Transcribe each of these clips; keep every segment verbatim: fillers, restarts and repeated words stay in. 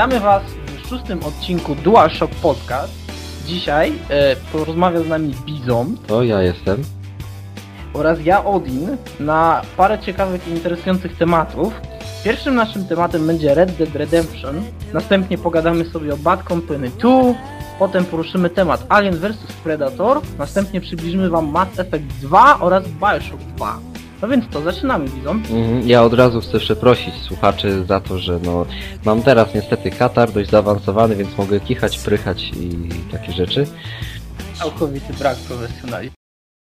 Witamy Was w szóstym odcinku DualShock Podcast. Dzisiaj e, porozmawia z nami Bizon. To ja jestem. Oraz ja, Odin, na parę ciekawych i interesujących tematów. Pierwszym naszym tematem będzie Red Dead Redemption. Następnie pogadamy sobie o Bad Company dwa. Potem poruszymy temat Alien versus. Predator. Następnie przybliżymy Wam Mass Effect dwa oraz BioShock dwa. No więc to, zaczynamy, Bizon. Mhm. Ja od razu chcę przeprosić słuchaczy za to, że no mam teraz niestety katar dość zaawansowany, więc mogę kichać, prychać i takie rzeczy. Całkowity brak profesjonalizmu.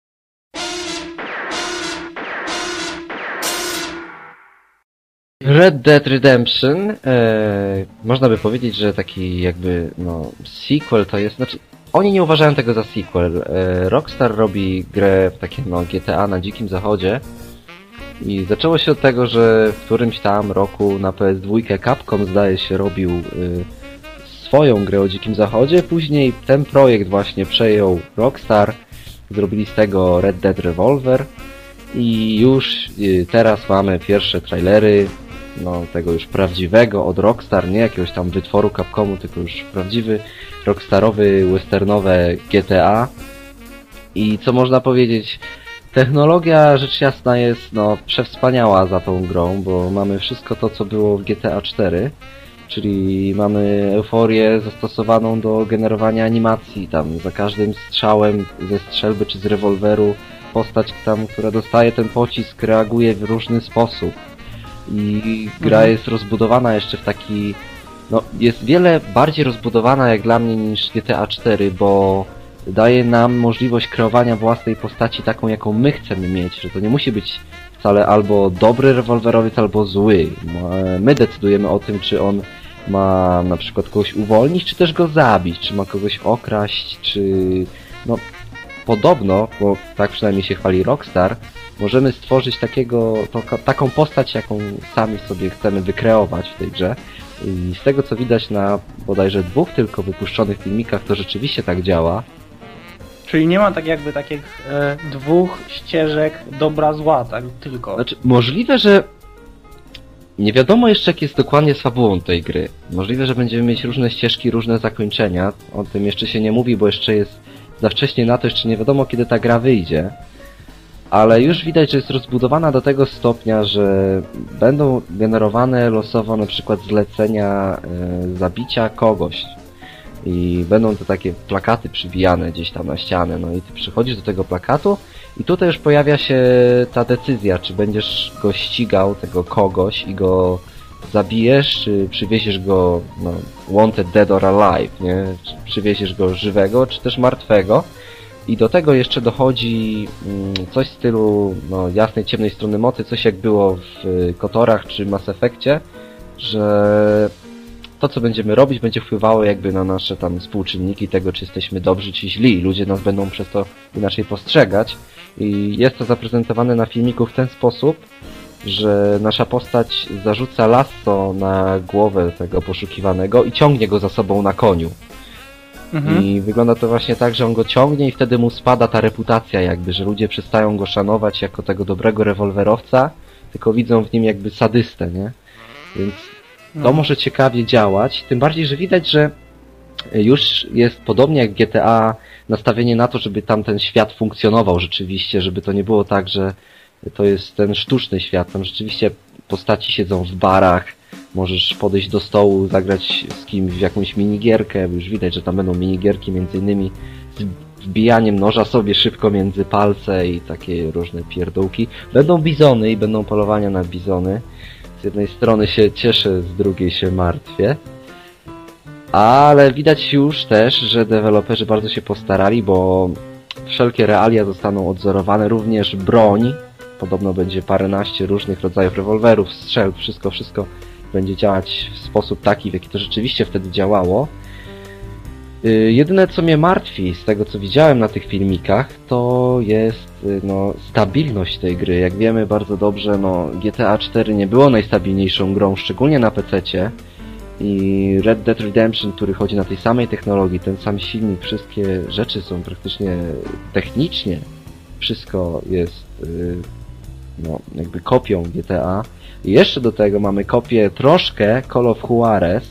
Red Dead Redemption, e, można by powiedzieć, że taki jakby no sequel to jest, znaczy oni nie uważają tego za sequel. E, Rockstar robi grę takie no G T A na dzikim zachodzie i zaczęło się od tego, że w którymś tam roku na P S dwa Capcom zdaje się robił y, swoją grę o dzikim zachodzie, później ten projekt właśnie przejął Rockstar, zrobili z tego Red Dead Revolver i już y, teraz mamy pierwsze trailery no tego już prawdziwego od Rockstar, nie jakiegoś tam wytworu Capcomu, tylko już prawdziwy rockstarowy, westernowe G T A. I co można powiedzieć, technologia rzecz jasna jest no przewspaniała za tą grą, bo mamy wszystko to, co było w G T A cztery, czyli mamy euforię zastosowaną do generowania animacji, tam za każdym strzałem ze strzelby czy z rewolweru postać tam, która dostaje ten pocisk, reaguje w różny sposób. I gra mhm. jest rozbudowana jeszcze w taki... no jest wiele bardziej rozbudowana jak dla mnie niż G T A cztery, bo daje nam możliwość kreowania własnej postaci taką, jaką my chcemy mieć, że to nie musi być wcale albo dobry rewolwerowiec, albo zły. My decydujemy o tym, czy on ma na przykład kogoś uwolnić, czy też go zabić, czy ma kogoś okraść, czy... no podobno, bo tak przynajmniej się chwali Rockstar, możemy stworzyć takiego, to, taką postać, jaką sami sobie chcemy wykreować w tej grze. I z tego co widać na bodajże dwóch tylko wypuszczonych filmikach, to rzeczywiście tak działa. Czyli nie ma tak jakby takich e, dwóch ścieżek dobra zła, tak tylko. Znaczy, możliwe, że nie wiadomo jeszcze jak jest dokładnie z fabułą tej gry. Możliwe, że będziemy mieć różne ścieżki, różne zakończenia. O tym jeszcze się nie mówi, bo jeszcze jest za wcześnie na to, jeszcze nie wiadomo kiedy ta gra wyjdzie. Ale już widać, że jest rozbudowana do tego stopnia, że będą generowane losowo na przykład zlecenia e, zabicia kogoś. I będą to takie plakaty przybijane gdzieś tam na ścianę, no i ty przychodzisz do tego plakatu i tutaj już pojawia się ta decyzja, czy będziesz go ścigał, tego kogoś i go zabijesz, czy przywieziesz go, no, wanted dead or alive, nie? Czy przywieziesz go żywego, czy też martwego. I do tego jeszcze dochodzi mm, coś w stylu no, jasnej, ciemnej strony mocy, coś jak było w Kotorach czy Mass Effectie, że to, co będziemy robić, będzie wpływało jakby na nasze tam współczynniki tego, czy jesteśmy dobrzy, czy źli. Ludzie nas będą przez to inaczej postrzegać. I jest to zaprezentowane na filmiku w ten sposób, że nasza postać zarzuca lasso na głowę tego poszukiwanego i ciągnie go za sobą na koniu. Mhm. I wygląda to właśnie tak, że on go ciągnie i wtedy mu spada ta reputacja jakby, że ludzie przestają go szanować jako tego dobrego rewolwerowca, tylko widzą w nim jakby sadystę, nie? Więc no. To może ciekawie działać, tym bardziej, że widać, że już jest podobnie jak G T A nastawienie na to, żeby tam ten świat funkcjonował rzeczywiście, żeby to nie było tak, że to jest ten sztuczny świat, tam rzeczywiście postaci siedzą w barach, możesz podejść do stołu, zagrać z kimś w jakąś minigierkę, już widać, że tam będą minigierki między innymi z wbijaniem noża sobie szybko między palce i takie różne pierdółki. Będą bizony i będą polowania na bizony. Z jednej strony się cieszę, z drugiej się martwię. Ale widać już też, że deweloperzy bardzo się postarali, bo wszelkie realia zostaną odzorowane, również broń. Podobno będzie paręnaście różnych rodzajów rewolwerów, strzelb, wszystko, wszystko będzie działać w sposób taki, w jaki to rzeczywiście wtedy działało. Yy, jedyne co mnie martwi z tego co widziałem na tych filmikach, to jest yy, no, stabilność tej gry. Jak wiemy bardzo dobrze, no, G T A cztery nie było najstabilniejszą grą, szczególnie na pececie. I Red Dead Redemption, który chodzi na tej samej technologii, ten sam silnik, wszystkie rzeczy są praktycznie technicznie, wszystko jest yy, no, jakby kopią G T A. I jeszcze do tego mamy kopię troszkę Call of Juarez,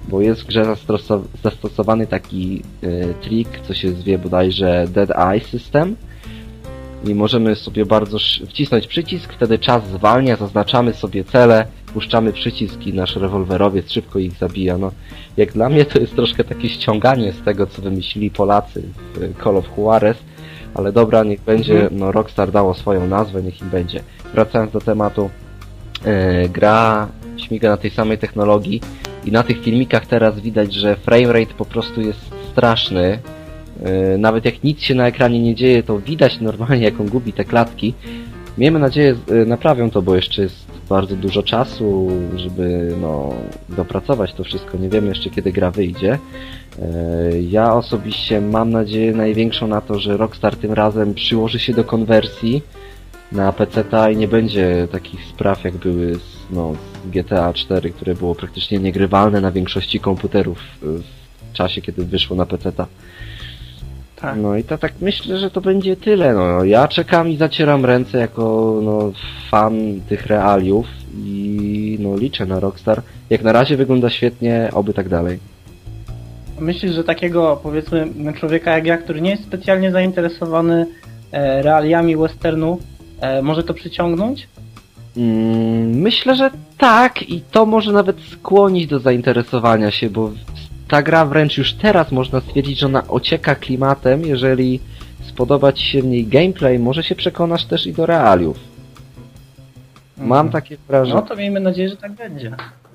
bo jest w grze zastosow- zastosowany taki y, trik, co się zwie bodajże Dead Eye System i możemy sobie bardzo sz- wcisnąć przycisk, wtedy czas zwalnia, zaznaczamy sobie cele, puszczamy przycisk i nasz rewolwerowiec szybko ich zabija. No, jak dla mnie to jest troszkę takie ściąganie z tego, co wymyślili Polacy w Call of Juarez, ale dobra, niech będzie, no Rockstar dało swoją nazwę, niech im będzie. Wracając do tematu, yy, gra śmiga na tej samej technologii i na tych filmikach teraz widać, że framerate po prostu jest straszny. Yy, nawet jak nic się na ekranie nie dzieje, to widać normalnie, jak on gubi te klatki. Miejmy nadzieję, yy, naprawią to, bo jeszcze jest bardzo dużo czasu, żeby no, dopracować to wszystko. Nie wiemy jeszcze, kiedy gra wyjdzie. Yy, ja osobiście mam nadzieję największą na to, że Rockstar tym razem przyłoży się do konwersji na peceta i nie będzie takich spraw, jak były z, no, z G T A cztery, które było praktycznie niegrywalne na większości komputerów w czasie, kiedy wyszło na peceta. Tak. No i to tak myślę, że to będzie tyle. No, ja czekam i zacieram ręce jako no, fan tych realiów i no, liczę na Rockstar. Jak na razie wygląda świetnie, oby tak dalej. Myślisz, że takiego, powiedzmy, człowieka jak ja, który nie jest specjalnie zainteresowany e, realiami westernu, e, może to przyciągnąć? Mm, myślę, że tak i to może nawet skłonić do zainteresowania się, bo ta gra wręcz już teraz można stwierdzić, że ona ocieka klimatem. Jeżeli spodoba Ci się w niej gameplay, może się przekonasz też i do realiów. Mam Mhm. takie wrażenie. No to miejmy nadzieję, że tak będzie.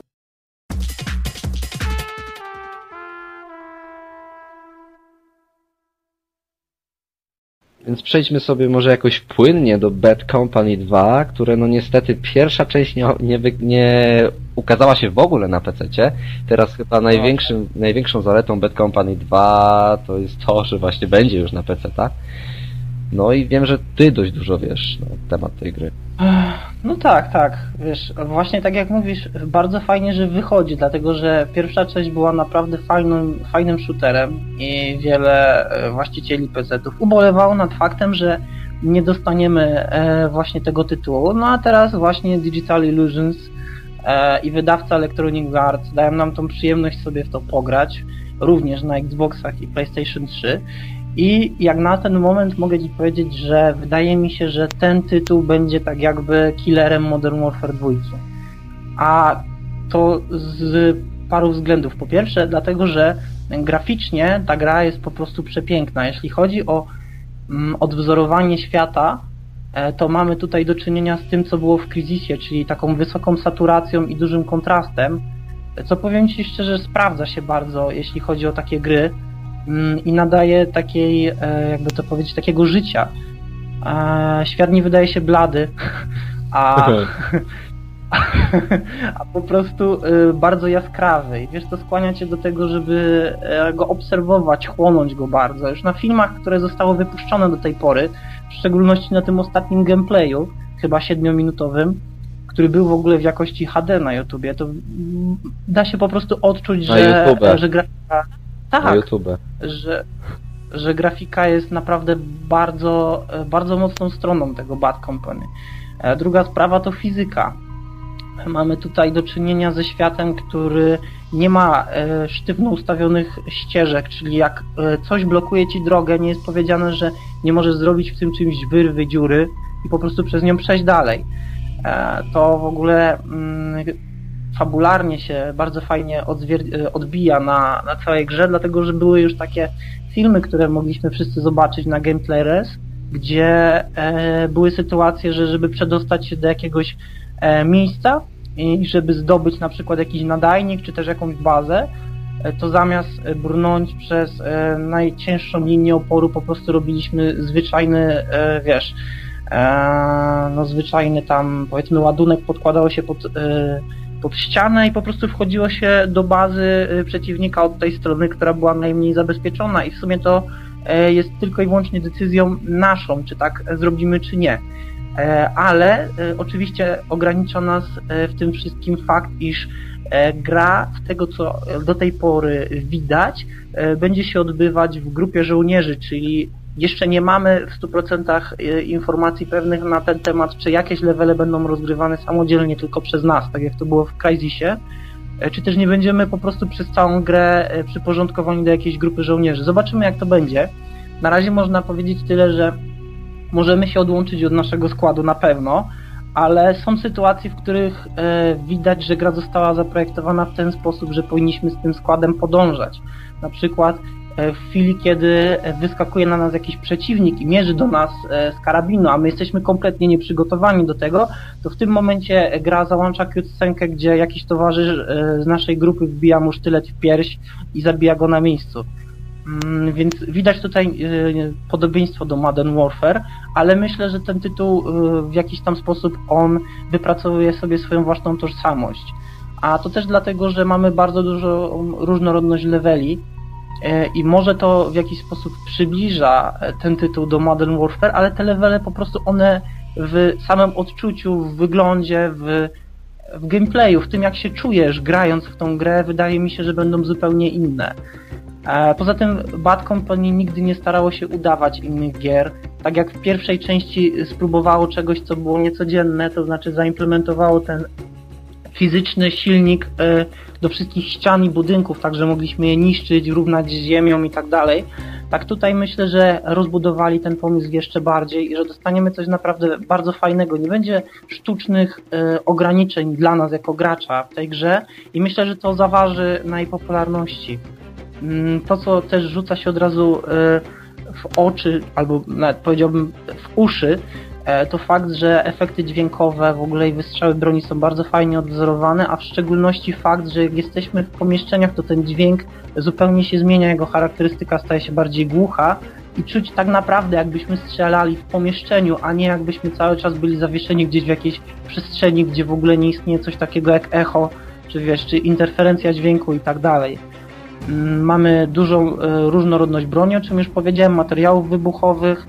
Więc przejdźmy sobie może jakoś płynnie do Bad Company dwa, które no niestety pierwsza część nie, nie, wy- nie ukazała się w ogóle na pececie. Teraz chyba największym, największą zaletą Bad Company dwa to jest to, że właśnie będzie już na peceta. No i wiem, że ty dość dużo wiesz na temat tej gry. No tak, tak. Wiesz, właśnie tak jak mówisz, bardzo fajnie, że wychodzi, dlatego że pierwsza część była naprawdę fajnym, fajnym shooterem i wiele e, właścicieli pecetów ubolewało nad faktem, że nie dostaniemy e, właśnie tego tytułu. No a teraz właśnie Digital Illusions e, i wydawca Electronic Arts dają nam tą przyjemność sobie w to pograć, również na Xboxach i PlayStation trzy. I jak na ten moment mogę Ci powiedzieć, że wydaje mi się, że ten tytuł będzie tak jakby killerem Modern Warfare dwa. A to z paru względów. Po pierwsze, dlatego, że graficznie ta gra jest po prostu przepiękna. Jeśli chodzi o mm, odwzorowanie świata, e, to mamy tutaj do czynienia z tym, co było w Crysisie, czyli taką wysoką saturacją i dużym kontrastem, co powiem Ci szczerze, sprawdza się bardzo, jeśli chodzi o takie gry. I nadaje takiej, jakby to powiedzieć, takiego życia. Świat nie wydaje się blady, a, a po prostu bardzo jaskrawy. I wiesz, to skłania cię do tego, żeby go obserwować, chłonąć go bardzo. Już na filmach, które zostały wypuszczone do tej pory, w szczególności na tym ostatnim gameplayu, chyba siedmiominutowym, który był w ogóle w jakości H D na YouTubie, to da się po prostu odczuć, na że, YouTube. że grafika... Tak, na YouTube. że, że grafika jest naprawdę bardzo, bardzo mocną stroną tego Bad Company. Druga sprawa to fizyka. Mamy tutaj do czynienia ze światem, który nie ma sztywno ustawionych ścieżek, czyli jak coś blokuje Ci drogę, nie jest powiedziane, że nie możesz zrobić w tym czymś wyrwy, dziury i po prostu przez nią przejść dalej. To w ogóle fabularnie się bardzo fajnie odzwier- odbija na, na całej grze, dlatego że były już takie filmy, które mogliśmy wszyscy zobaczyć na Gameplayrez, gdzie e, były sytuacje, że żeby przedostać się do jakiegoś e, miejsca i żeby zdobyć na przykład jakiś nadajnik, czy też jakąś bazę, e, to zamiast brnąć przez e, najcięższą linię oporu po prostu robiliśmy zwyczajny, e, wiesz, e, no zwyczajny tam powiedzmy ładunek podkładało się pod e, pod ścianę i po prostu wchodziło się do bazy przeciwnika od tej strony, która była najmniej zabezpieczona i w sumie to jest tylko i wyłącznie decyzją naszą, czy tak zrobimy, czy nie. Ale oczywiście ogranicza nas w tym wszystkim fakt, iż gra z tego, co do tej pory widać, będzie się odbywać w grupie żołnierzy, czyli jeszcze nie mamy w stu procentach informacji pewnych na ten temat, czy jakieś levele będą rozgrywane samodzielnie tylko przez nas, tak jak to było w Crysisie, czy też nie będziemy po prostu przez całą grę przyporządkowani do jakiejś grupy żołnierzy. Zobaczymy, jak to będzie. Na razie można powiedzieć tyle, że możemy się odłączyć od naszego składu na pewno, ale są sytuacje, w których widać, że gra została zaprojektowana w ten sposób, że powinniśmy z tym składem podążać. Na przykład w chwili, kiedy wyskakuje na nas jakiś przeciwnik i mierzy do nas z karabinu, a my jesteśmy kompletnie nieprzygotowani do tego, to w tym momencie gra załącza cutscenkę, gdzie jakiś towarzysz z naszej grupy wbija mu sztylet w pierś i zabija go na miejscu. Więc widać tutaj podobieństwo do Modern Warfare, ale myślę, że ten tytuł w jakiś tam sposób on wypracowuje sobie swoją własną tożsamość. A to też dlatego, że mamy bardzo dużo różnorodność leveli, i może to w jakiś sposób przybliża ten tytuł do Modern Warfare, ale te levele po prostu one w samym odczuciu, w wyglądzie, w, w gameplayu, w tym jak się czujesz grając w tą grę, wydaje mi się, że będą zupełnie inne. Poza tym Bad Company nigdy nie starało się udawać innych gier. Tak jak w pierwszej części spróbowało czegoś, co było niecodzienne, to znaczy zaimplementowało ten fizyczny silnik do wszystkich ścian i budynków, tak że mogliśmy je niszczyć, równać z ziemią i tak dalej. Tak tutaj myślę, że rozbudowali ten pomysł jeszcze bardziej i że dostaniemy coś naprawdę bardzo fajnego. Nie będzie sztucznych y, ograniczeń dla nas jako gracza w tej grze i myślę, że to zaważy na jej popularności. Y, to, co też rzuca się od razu y, w oczy, albo nawet powiedziałbym w uszy, to fakt, że efekty dźwiękowe w ogóle i wystrzały broni są bardzo fajnie odwzorowane, a w szczególności fakt, że jak jesteśmy w pomieszczeniach, to ten dźwięk zupełnie się zmienia, jego charakterystyka staje się bardziej głucha i czuć tak naprawdę jakbyśmy strzelali w pomieszczeniu, a nie jakbyśmy cały czas byli zawieszeni gdzieś w jakiejś przestrzeni, gdzie w ogóle nie istnieje coś takiego jak echo, czy wiesz, czy interferencja dźwięku i tak dalej. Mamy dużą różnorodność broni, o czym już powiedziałem, materiałów wybuchowych.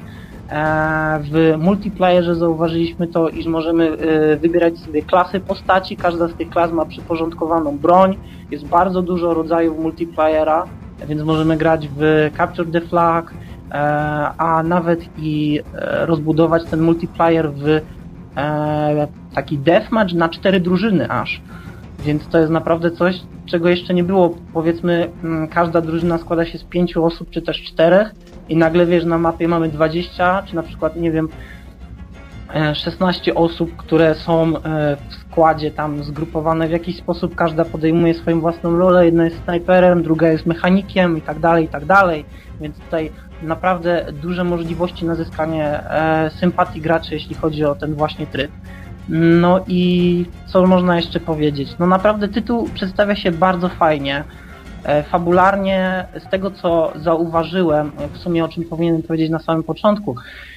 W multiplayerze zauważyliśmy to, iż możemy wybierać sobie klasy postaci, każda z tych klas ma przyporządkowaną broń, jest bardzo dużo rodzajów multiplayera, więc możemy grać w Capture the Flag, a nawet i rozbudować ten multiplayer w taki deathmatch na cztery drużyny aż. Więc to jest naprawdę coś, czego jeszcze nie było. Powiedzmy, każda drużyna składa się z pięciu osób, czy też czterech i nagle, wiesz, na mapie mamy dwadzieścia, czy na przykład, nie wiem, szesnaście osób, które są w składzie tam zgrupowane w jakiś sposób, każda podejmuje swoją własną rolę, jedna jest snajperem, druga jest mechanikiem i tak dalej, i tak dalej. Więc tutaj naprawdę duże możliwości na zyskanie sympatii graczy, jeśli chodzi o ten właśnie tryb. No i co można jeszcze powiedzieć? No naprawdę tytuł przedstawia się bardzo fajnie. Fabularnie, z tego co zauważyłem, w sumie o czym powinienem powiedzieć na samym początku,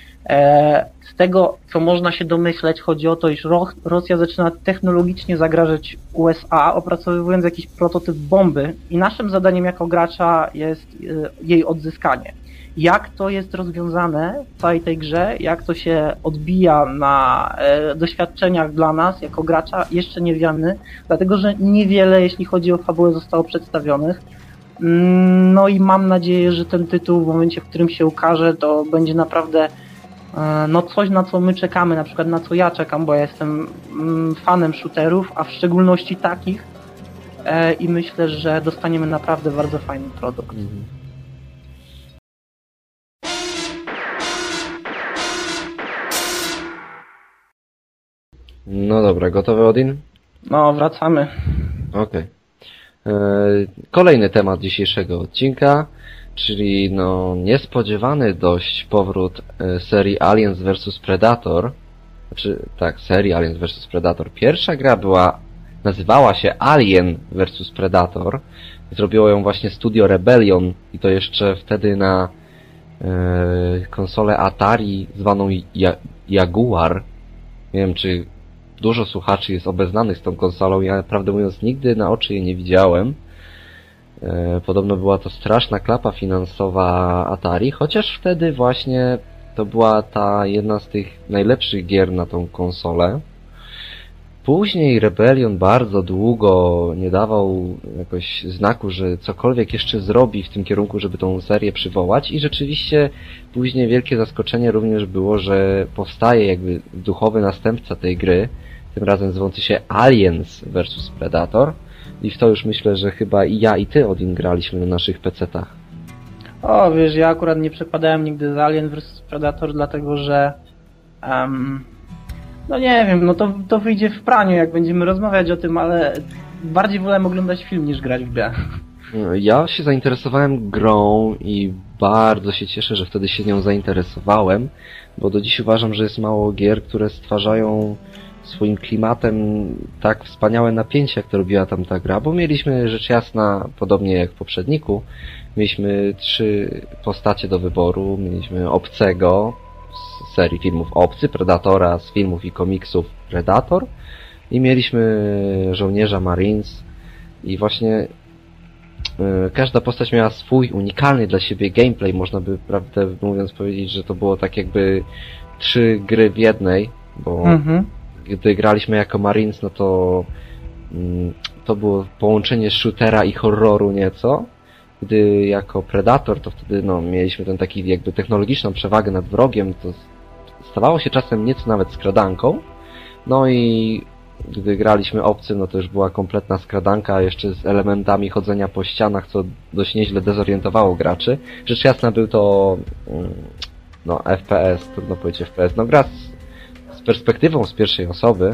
z tego co można się domyśleć, chodzi o to, iż Rosja zaczyna technologicznie zagrażać U S A, opracowując jakiś prototyp bomby i naszym zadaniem jako gracza jest jej odzyskanie. Jak to jest rozwiązane w całej tej grze, jak to się odbija na e, doświadczeniach dla nas jako gracza, jeszcze nie wiemy, dlatego że niewiele, jeśli chodzi o fabułę, zostało przedstawionych. No i mam nadzieję, że ten tytuł w momencie, w którym się ukaże, to będzie naprawdę e, no coś, na co my czekamy, na przykład na co ja czekam, bo ja jestem mm, fanem shooterów, a w szczególności takich e, i myślę, że dostaniemy naprawdę bardzo fajny produkt. Mhm. No dobra, gotowy Odin? No, wracamy. Okej. Okay. Kolejny temat dzisiejszego odcinka, czyli no niespodziewany dość powrót serii Aliens versus. Predator. Znaczy, tak, serii Aliens versus. Predator. Pierwsza gra była, nazywała się Alien versus. Predator. Zrobiło ją właśnie studio Rebellion i to jeszcze wtedy na e, konsolę Atari zwaną ja Jaguar. Nie wiem, czy dużo słuchaczy jest obeznanych z tą konsolą. Ja, prawdę mówiąc, nigdy na oczy jej nie widziałem. E, podobno była to straszna klapa finansowa Atari, chociaż wtedy właśnie to była ta jedna z tych najlepszych gier na tą konsolę. Później Rebellion bardzo długo nie dawał jakoś znaku, że cokolwiek jeszcze zrobi w tym kierunku, żeby tą serię przywołać i rzeczywiście później wielkie zaskoczenie również było, że powstaje jakby duchowy następca tej gry, tym razem zwący się Aliens versus. Predator. I w to już myślę, że chyba i ja i ty, Odin, graliśmy na naszych pecetach. O, wiesz, ja akurat nie przekładałem nigdy z Alien versus. Predator, dlatego że um, no nie wiem, no to, to wyjdzie w praniu, jak będziemy rozmawiać o tym, ale bardziej wolałem oglądać film niż grać w grę. Ja się zainteresowałem grą i bardzo się cieszę, że wtedy się nią zainteresowałem, bo do dziś uważam, że jest mało gier, które stwarzają swoim klimatem tak wspaniałe napięcie, jak to robiła tam ta gra, bo mieliśmy rzecz jasna, podobnie jak w poprzedniku, mieliśmy trzy postacie do wyboru, mieliśmy Obcego z serii filmów Obcy, Predatora z filmów i komiksów Predator i mieliśmy żołnierza Marines i właśnie każda postać miała swój unikalny dla siebie gameplay, można by, prawdę mówiąc, powiedzieć, że to było tak jakby trzy gry w jednej, bo mhm. gdy graliśmy jako Marines, no to mm, to było połączenie shootera i horroru nieco. Gdy jako Predator, to wtedy no, mieliśmy ten taki jakby technologiczną przewagę nad wrogiem, to stawało się czasem nieco nawet skradanką. No i gdy graliśmy Obcy, no to już była kompletna skradanka, jeszcze z elementami chodzenia po ścianach, co dość nieźle dezorientowało graczy. Rzecz jasna był to no F P S, trudno powiedzieć F P S, no gra z, z perspektywą z pierwszej osoby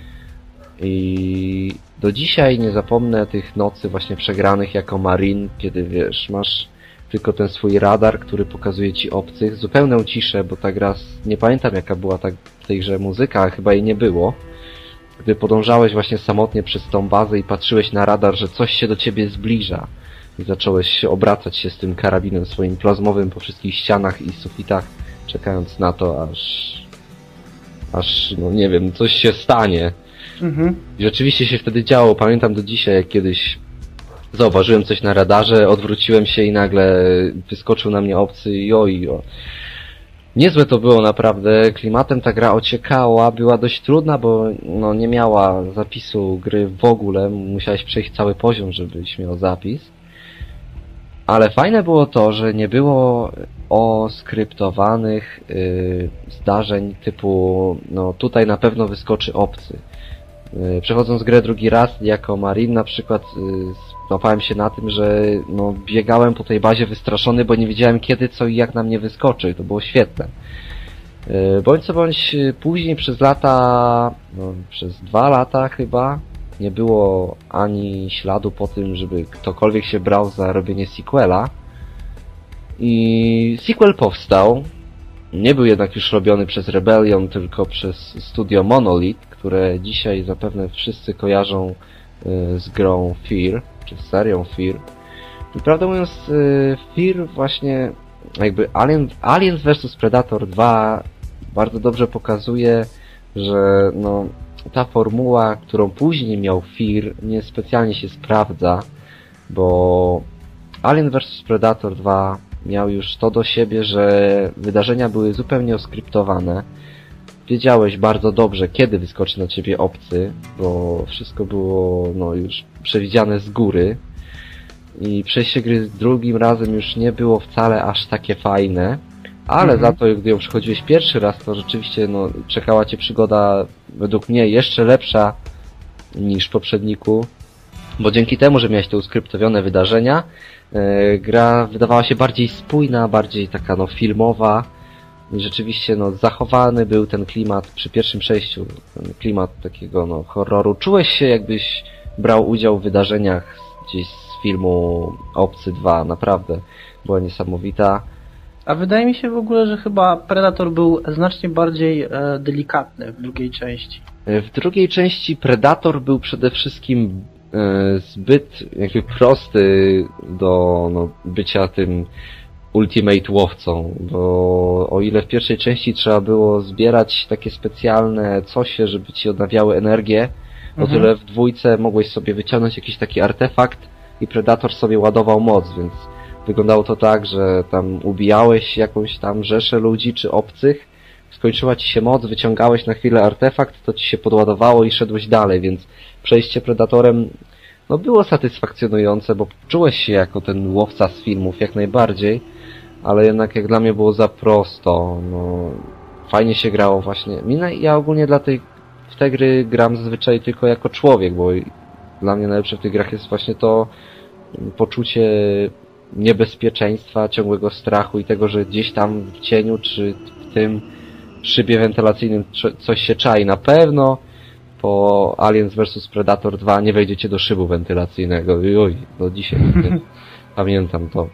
i do dzisiaj nie zapomnę tych nocy właśnie przegranych jako Marine, kiedy wiesz, masz tylko ten swój radar, który pokazuje ci obcych, zupełną ciszę, bo ta gra, nie pamiętam jaka była ta, w tej grze muzyka, ale chyba jej nie było. Gdy podążałeś właśnie samotnie przez tą bazę i patrzyłeś na radar, że coś się do ciebie zbliża i zacząłeś obracać się z tym karabinem swoim plazmowym po wszystkich ścianach i sufitach, czekając na to, aż aż, no nie wiem, coś się stanie. Mhm. I rzeczywiście się wtedy działo. Pamiętam do dzisiaj, jak kiedyś zauważyłem coś na radarze, odwróciłem się i nagle wyskoczył na mnie obcy i ojo. Niezłe to było naprawdę, klimatem ta gra ociekała, była dość trudna, bo no, nie miała zapisu gry w ogóle, musiałeś przejść cały poziom, żebyś miał zapis. Ale fajne było to, że nie było oskryptowanych yy, zdarzeń typu, no tutaj na pewno wyskoczy obcy. Yy, przechodząc grę drugi raz jako Marine na przykład yy, złapałem się na tym, że no, biegałem po tej bazie wystraszony, bo nie wiedziałem kiedy, co i jak na mnie wyskoczy. To było świetne. Yy, bądź co bądź później przez lata, no, przez dwa lata chyba, nie było ani śladu po tym, żeby ktokolwiek się brał za robienie sequela. I sequel powstał. Nie był jednak już robiony przez Rebellion, tylko przez studio Monolith, które dzisiaj zapewne wszyscy kojarzą y, z grą Fear, czy z serią Fear. I prawdę mówiąc, y, Fear właśnie, jakby Alien, Aliens versus. Predator dwa bardzo dobrze pokazuje, że no, ta formuła, którą później miał Fear, niespecjalnie się sprawdza, bo Alien versus. Predator dwa miał już to do siebie, że wydarzenia były zupełnie oskryptowane. Wiedziałeś bardzo dobrze, kiedy wyskoczy na ciebie obcy, bo wszystko było no, już przewidziane z góry. I przejście gry drugim razem już nie było wcale aż takie fajne, ale mhm. za to, gdy ją przechodziłeś pierwszy raz, to rzeczywiście no, czekała cię przygoda według mnie jeszcze lepsza niż w poprzedniku, bo dzięki temu, że miałeś te uskryptowione wydarzenia, yy, gra wydawała się bardziej spójna, bardziej taka no filmowa i rzeczywiście no zachowany był ten klimat przy pierwszym przejściu, ten klimat takiego no horroru. Czułeś się jakbyś brał udział w wydarzeniach gdzieś z filmu Obcy dwa, naprawdę była niesamowita. A wydaje mi się w ogóle, że chyba Predator był znacznie bardziej e, delikatny w drugiej części. W drugiej części Predator był przede wszystkim e, zbyt jakby prosty do no, bycia tym ultimate łowcą, bo o ile w pierwszej części trzeba było zbierać takie specjalne cosie, żeby ci odnawiały energię, o mhm. tyle w dwójce mogłeś sobie wyciągnąć jakiś taki artefakt i Predator sobie ładował moc, więc wyglądało to tak, że tam ubijałeś jakąś tam rzeszę ludzi czy obcych, skończyła ci się moc, wyciągałeś na chwilę artefakt, to ci się podładowało i szedłeś dalej, więc przejście Predatorem no było satysfakcjonujące, bo czułeś się jako ten łowca z filmów jak najbardziej, ale jednak jak dla mnie było za prosto, no fajnie się grało właśnie. Ja ogólnie dla tej, w te gry gram zazwyczaj tylko jako człowiek, bo dla mnie najlepsze w tych grach jest właśnie to poczucie niebezpieczeństwa, ciągłego strachu i tego, że gdzieś tam w cieniu czy w tym szybie wentylacyjnym coś się czai. Na pewno po Aliens versus. Predator dwa nie wejdziecie do szybu wentylacyjnego. Oj, do dzisiaj pamiętam to.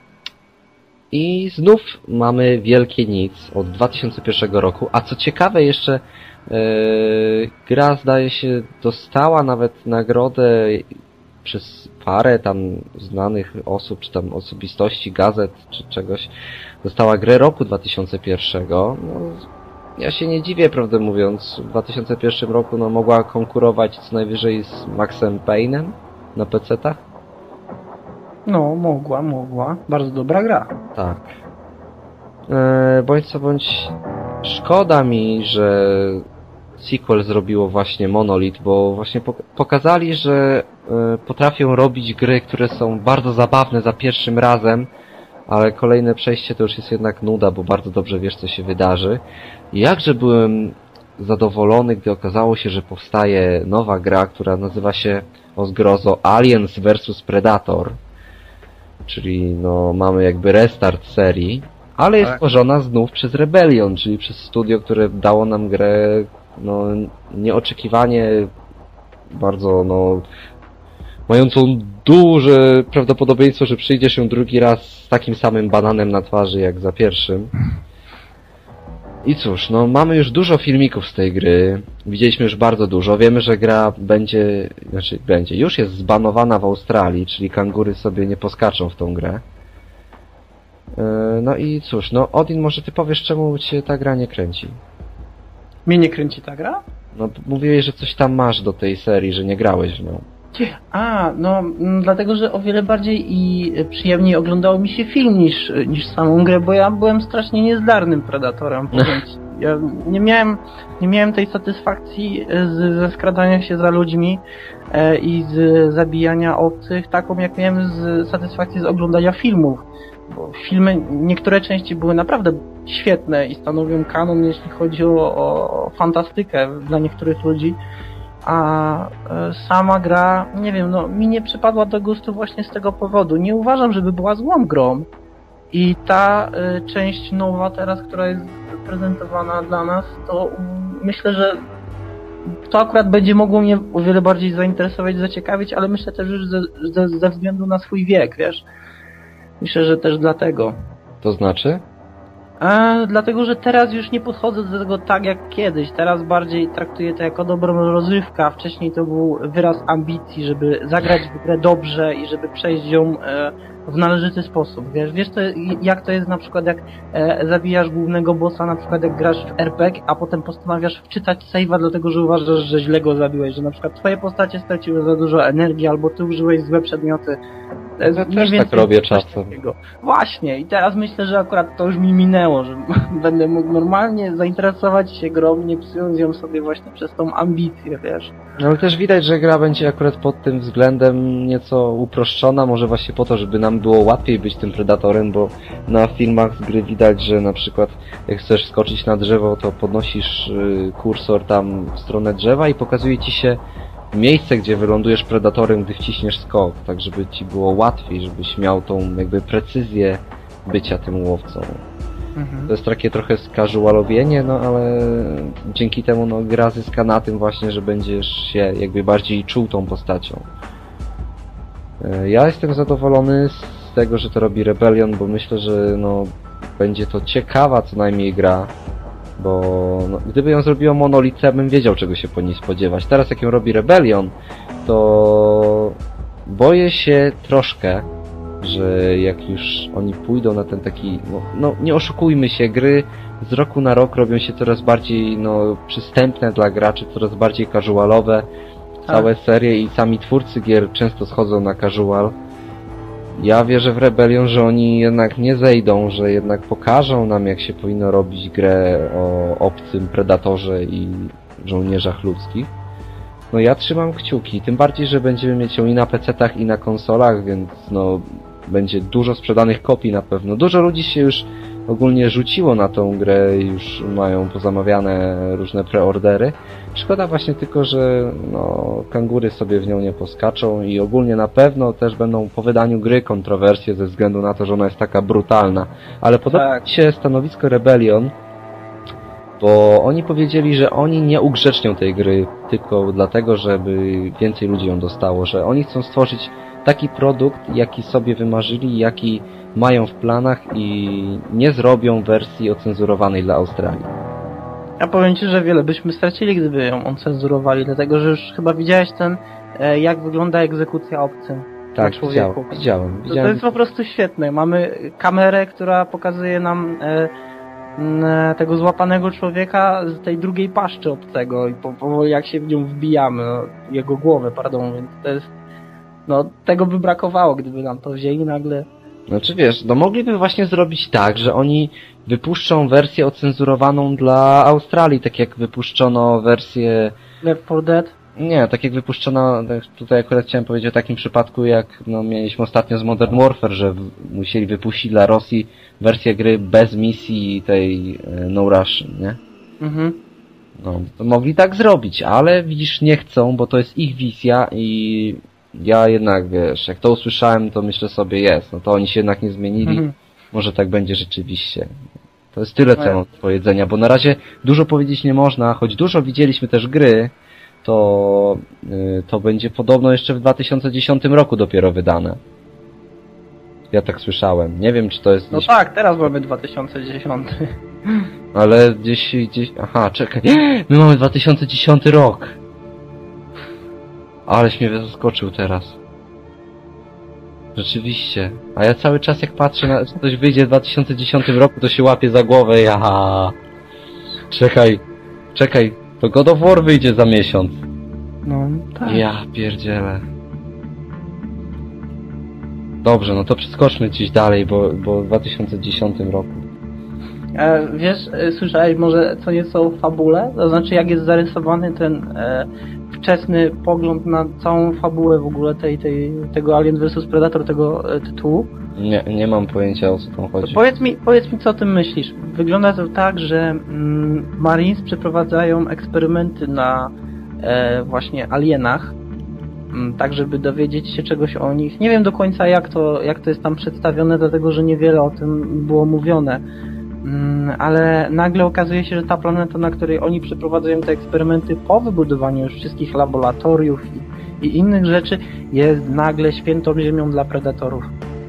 I znów mamy wielkie nic od dwa tysiące pierwszego roku, a co ciekawe jeszcze yy, gra zdaje się dostała nawet nagrodę przez parę tam znanych osób, czy tam osobistości, gazet, czy czegoś. Dostała grę roku dwa tysiące pierwszego. No, ja się nie dziwię, prawdę mówiąc. W dwa tysiące pierwszym roku no, mogła konkurować co najwyżej z Maxem Payne'em na pecetach. No, mogła, mogła. Bardzo dobra gra. Tak. Eee, bądź co bądź szkoda mi, że sequel zrobiło właśnie Monolith, bo właśnie pokazali, że e, potrafią robić gry, które są bardzo zabawne za pierwszym razem, ale kolejne przejście to już jest jednak nuda, bo bardzo dobrze wiesz, co się wydarzy. I jakże byłem zadowolony, gdy okazało się, że powstaje nowa gra, która nazywa się, o zgrozo, Aliens versus. Predator. Czyli no mamy jakby restart serii, ale jest tworzona znów przez Rebellion, czyli przez studio, które dało nam grę no nieoczekiwanie bardzo no mającą duże prawdopodobieństwo, że przyjdzie się drugi raz z takim samym bananem na twarzy jak za pierwszym. I cóż, no mamy już dużo filmików z tej gry, widzieliśmy już bardzo dużo, wiemy, że gra będzie, znaczy będzie, już jest zbanowana w Australii, czyli kangury sobie nie poskaczą w tą grę. No i cóż, no Odin, może ty powiesz, czemu cię ta gra nie kręci? Mnie nie kręci ta gra? No mówiłeś, że coś tam masz do tej serii, że nie grałeś w nią. A, no m, dlatego, że o wiele bardziej i przyjemniej oglądało mi się film niż, niż samą grę, bo ja byłem strasznie niezdarnym Predatorem, powiem ci. Ja nie miałem, nie miałem tej satysfakcji z, ze skradania się za ludźmi e, i z zabijania obcych, taką jak miałem z satysfakcji z oglądania filmów. Bo filmy, niektóre części były naprawdę świetne i stanowią kanon, jeśli chodzi o, o fantastykę dla niektórych ludzi. A e, sama gra, nie wiem, no mi nie przypadła do gustu właśnie z tego powodu. Nie uważam, żeby była złą grą. I ta e, część nowa teraz, która jest prezentowana dla nas, to um, myślę, że to akurat będzie mogło mnie o wiele bardziej zainteresować, zaciekawić, ale myślę też, że ze, ze, ze względu na swój wiek, wiesz. Myślę, że też dlatego. To znaczy? A, dlatego, że teraz już nie podchodzę do tego tak jak kiedyś. Teraz bardziej traktuję to jako dobrą rozrywkę, a wcześniej to był wyraz ambicji, żeby zagrać w grę dobrze i żeby przejść ją e, w należyty sposób. Wiesz, wiesz to, jak to jest na przykład jak e, zabijasz głównego bossa, na przykład jak grasz w er pe gie, a potem postanawiasz wczytać save'a dlatego, że uważasz, że źle go zabiłeś, że na przykład twoje postacie straciły za dużo energii, albo ty użyłeś złe przedmioty. Ja też tak robię czasem. Właśnie, i teraz myślę, że akurat to już mi minęło, że będę mógł normalnie zainteresować się grą, nie psując ją sobie właśnie przez tą ambicję, wiesz. No ale też widać, że gra będzie akurat pod tym względem nieco uproszczona, może właśnie po to, żeby nam było łatwiej być tym predatorem, bo na filmach z gry widać, że na przykład jak chcesz skoczyć na drzewo, to podnosisz kursor tam w stronę drzewa i pokazuje ci się miejsce, gdzie wylądujesz predatorem, gdy wciśniesz skok, tak żeby ci było łatwiej, żebyś miał tą jakby precyzję bycia tym łowcą. Mhm. To jest takie trochę skażualowienie, no ale dzięki temu no gra zyska na tym właśnie, że będziesz się jakby bardziej czuł tą postacią. Ja jestem zadowolony z tego, że to robi Rebellion, bo myślę, że no będzie to ciekawa co najmniej gra. Bo no, gdyby ją zrobiło Monolith, ja bym wiedział, czego się po niej spodziewać. Teraz jak ją robi Rebellion, to boję się troszkę, że jak już oni pójdą na ten taki... No, no nie oszukujmy się, gry z roku na rok robią się coraz bardziej no, przystępne dla graczy, coraz bardziej casualowe. Całe serie i sami twórcy gier często schodzą na casual. Ja wierzę w Rebellion, że oni jednak nie zejdą, że jednak pokażą nam, jak się powinno robić grę o obcym predatorze i żołnierzach ludzkich. No ja trzymam kciuki, tym bardziej, że będziemy mieć ją i na pecetach, i na konsolach, więc no będzie dużo sprzedanych kopii na pewno. Dużo ludzi się już ogólnie rzuciło na tą grę, już mają pozamawiane różne preordery. Szkoda właśnie tylko, że no, kangury sobie w nią nie poskaczą i ogólnie na pewno też będą po wydaniu gry kontrowersje ze względu na to, że ona jest taka brutalna. Ale podoba Tak. mi się stanowisko Rebellion, bo oni powiedzieli, że oni nie ugrzecznią tej gry tylko dlatego, żeby więcej ludzi ją dostało, że oni chcą stworzyć taki produkt, jaki sobie wymarzyli, jaki mają w planach i nie zrobią wersji ocenzurowanej dla Australii. Ja powiem Ci, że wiele byśmy stracili, gdyby ją oncenzurowali, dlatego że już chyba widziałeś ten, e, jak wygląda egzekucja obcym Tak, na człowieku. widziałem, widziałem. To, to widziałem. jest po prostu świetne. Mamy kamerę, która pokazuje nam e, m, tego złapanego człowieka z tej drugiej paszczy obcego i po- powoli jak się w nią wbijamy, no, jego głowę, pardon, więc to jest, no tego by brakowało, gdyby nam to wzięli nagle. Znaczy wiesz, no mogliby właśnie zrobić tak, że oni wypuszczą wersję ocenzurowaną dla Australii, tak jak wypuszczono wersję... Left four Dead. Nie, tak jak wypuszczono, tak tutaj akurat chciałem powiedzieć o takim przypadku, jak no, mieliśmy ostatnio z Modern Warfare, że w, musieli wypuścić dla Rosji wersję gry bez misji tej e, No Russian, nie? Mhm. No, to mogli tak zrobić, ale widzisz, nie chcą, bo to jest ich wizja i ja jednak, wiesz, jak to usłyszałem, to myślę sobie, jest, no to oni się jednak nie zmienili, Mhm. może tak będzie rzeczywiście. To jest tyle, co No ja mam do powiedzenia, bo na razie dużo powiedzieć nie można, choć dużo widzieliśmy też gry, to y, to będzie podobno jeszcze w dwa tysiące dziesiątym roku dopiero wydane. Ja tak słyszałem. Nie wiem, czy to jest No gdzieś... tak, teraz mamy dwa tysiące dziesiąty. Ale gdzieś, gdzieś... Aha, czekaj. My mamy dwa tysiące dziesiąty rok. Aleś mnie zaskoczył teraz. Rzeczywiście. A ja cały czas jak patrzę na... że coś wyjdzie w dwa tysiące dziesiątym roku, to się łapię za głowę. Ja. Czekaj. Czekaj. To God of War wyjdzie za miesiąc. No tak. Ja pierdzielę. Dobrze, no to przeskoczmy gdzieś dalej, bo, bo w dwa tysiące dziesiątym roku. E, wiesz, e, słyszałeś może co nieco o fabule? To znaczy jak jest zarysowany ten e, wczesny pogląd na całą fabułę w ogóle tej, tej, tego Alien versus. Predator, tego e, tytułu? Nie, nie mam pojęcia, o co tam To chodzi. powiedz mi, powiedz mi co o tym myślisz. Wygląda to tak, że mm, Marines przeprowadzają eksperymenty na e, właśnie alienach, mm, tak żeby dowiedzieć się czegoś o nich. Nie wiem do końca jak to, jak to jest tam przedstawione, dlatego że niewiele o tym było mówione. Mm, ale nagle okazuje się, że ta planeta, na której oni przeprowadzają te eksperymenty po wybudowaniu już wszystkich laboratoriów i, i innych rzeczy, jest nagle świętą ziemią dla predatorów.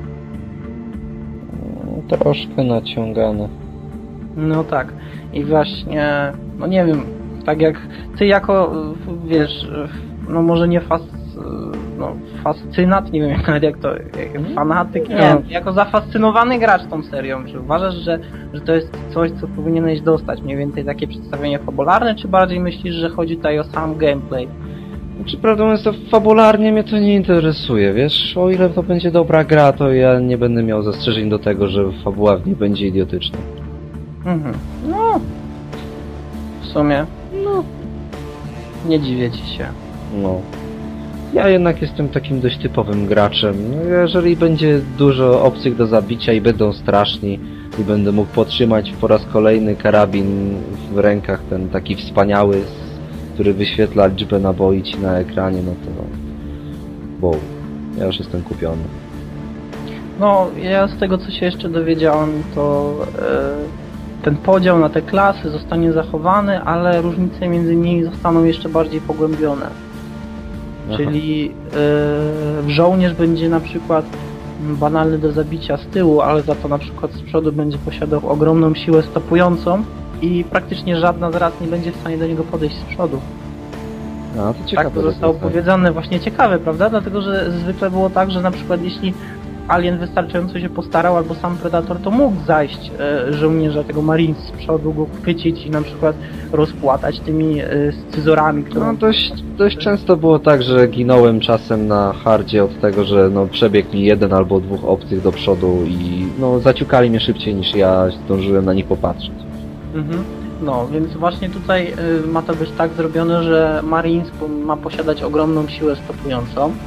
Troszkę naciągane. No tak. I właśnie, no nie wiem, tak jak ty jako, wiesz, no może nie fas, no, fascynat, nie wiem nawet jak to, jak fanatyk, nie, No. jako zafascynowany gracz tą serią, czy uważasz, że, że to jest coś, co powinieneś dostać, mniej więcej takie przedstawienie fabularne, czy bardziej myślisz, że chodzi tutaj o sam gameplay? Znaczy, prawdą jest to, fabularnie mnie to nie interesuje, wiesz? O ile to będzie dobra gra, to ja nie będę miał zastrzeżeń do tego, że fabuła w niej będzie idiotyczna. Mhm. No, w sumie, no, nie dziwię ci się. No. Ja jednak jestem takim dość typowym graczem. No, jeżeli będzie dużo obcych do zabicia i będą straszni i będę mógł podtrzymać po raz kolejny karabin w rękach, ten taki wspaniały, który wyświetla liczbę naboi ci na ekranie, no to... Wow. Ja już jestem kupiony. No, ja z tego co się jeszcze dowiedziałem, to e, ten podział na te klasy zostanie zachowany, ale różnice między nimi zostaną jeszcze bardziej pogłębione. Aha. Czyli e, żołnierz będzie na przykład banalny do zabicia z tyłu, ale za to na przykład z przodu będzie posiadał ogromną siłę stopującą i praktycznie żadna z ras nie będzie w stanie do niego podejść z przodu. A, to ciekawe. Tak to zostało rozwiązanie. powiedziane, właśnie ciekawe, prawda? Dlatego, że zwykle było tak, że na przykład jeśli Alien wystarczająco się postarał, albo sam Predator, to mógł zajść e, żołnierza tego Marines z przodu, go chwycić i na przykład rozpłatać tymi e, scyzorami, które... No dość, dość często było tak, że ginąłem czasem na hardzie od tego, że no przebiegł mi jeden albo dwóch obcych do przodu i no zaciukali mnie szybciej niż ja zdążyłem na nich popatrzeć. Mhm. No, więc właśnie tutaj y, ma to być tak zrobione, że Marines po- ma posiadać ogromną siłę stopującą,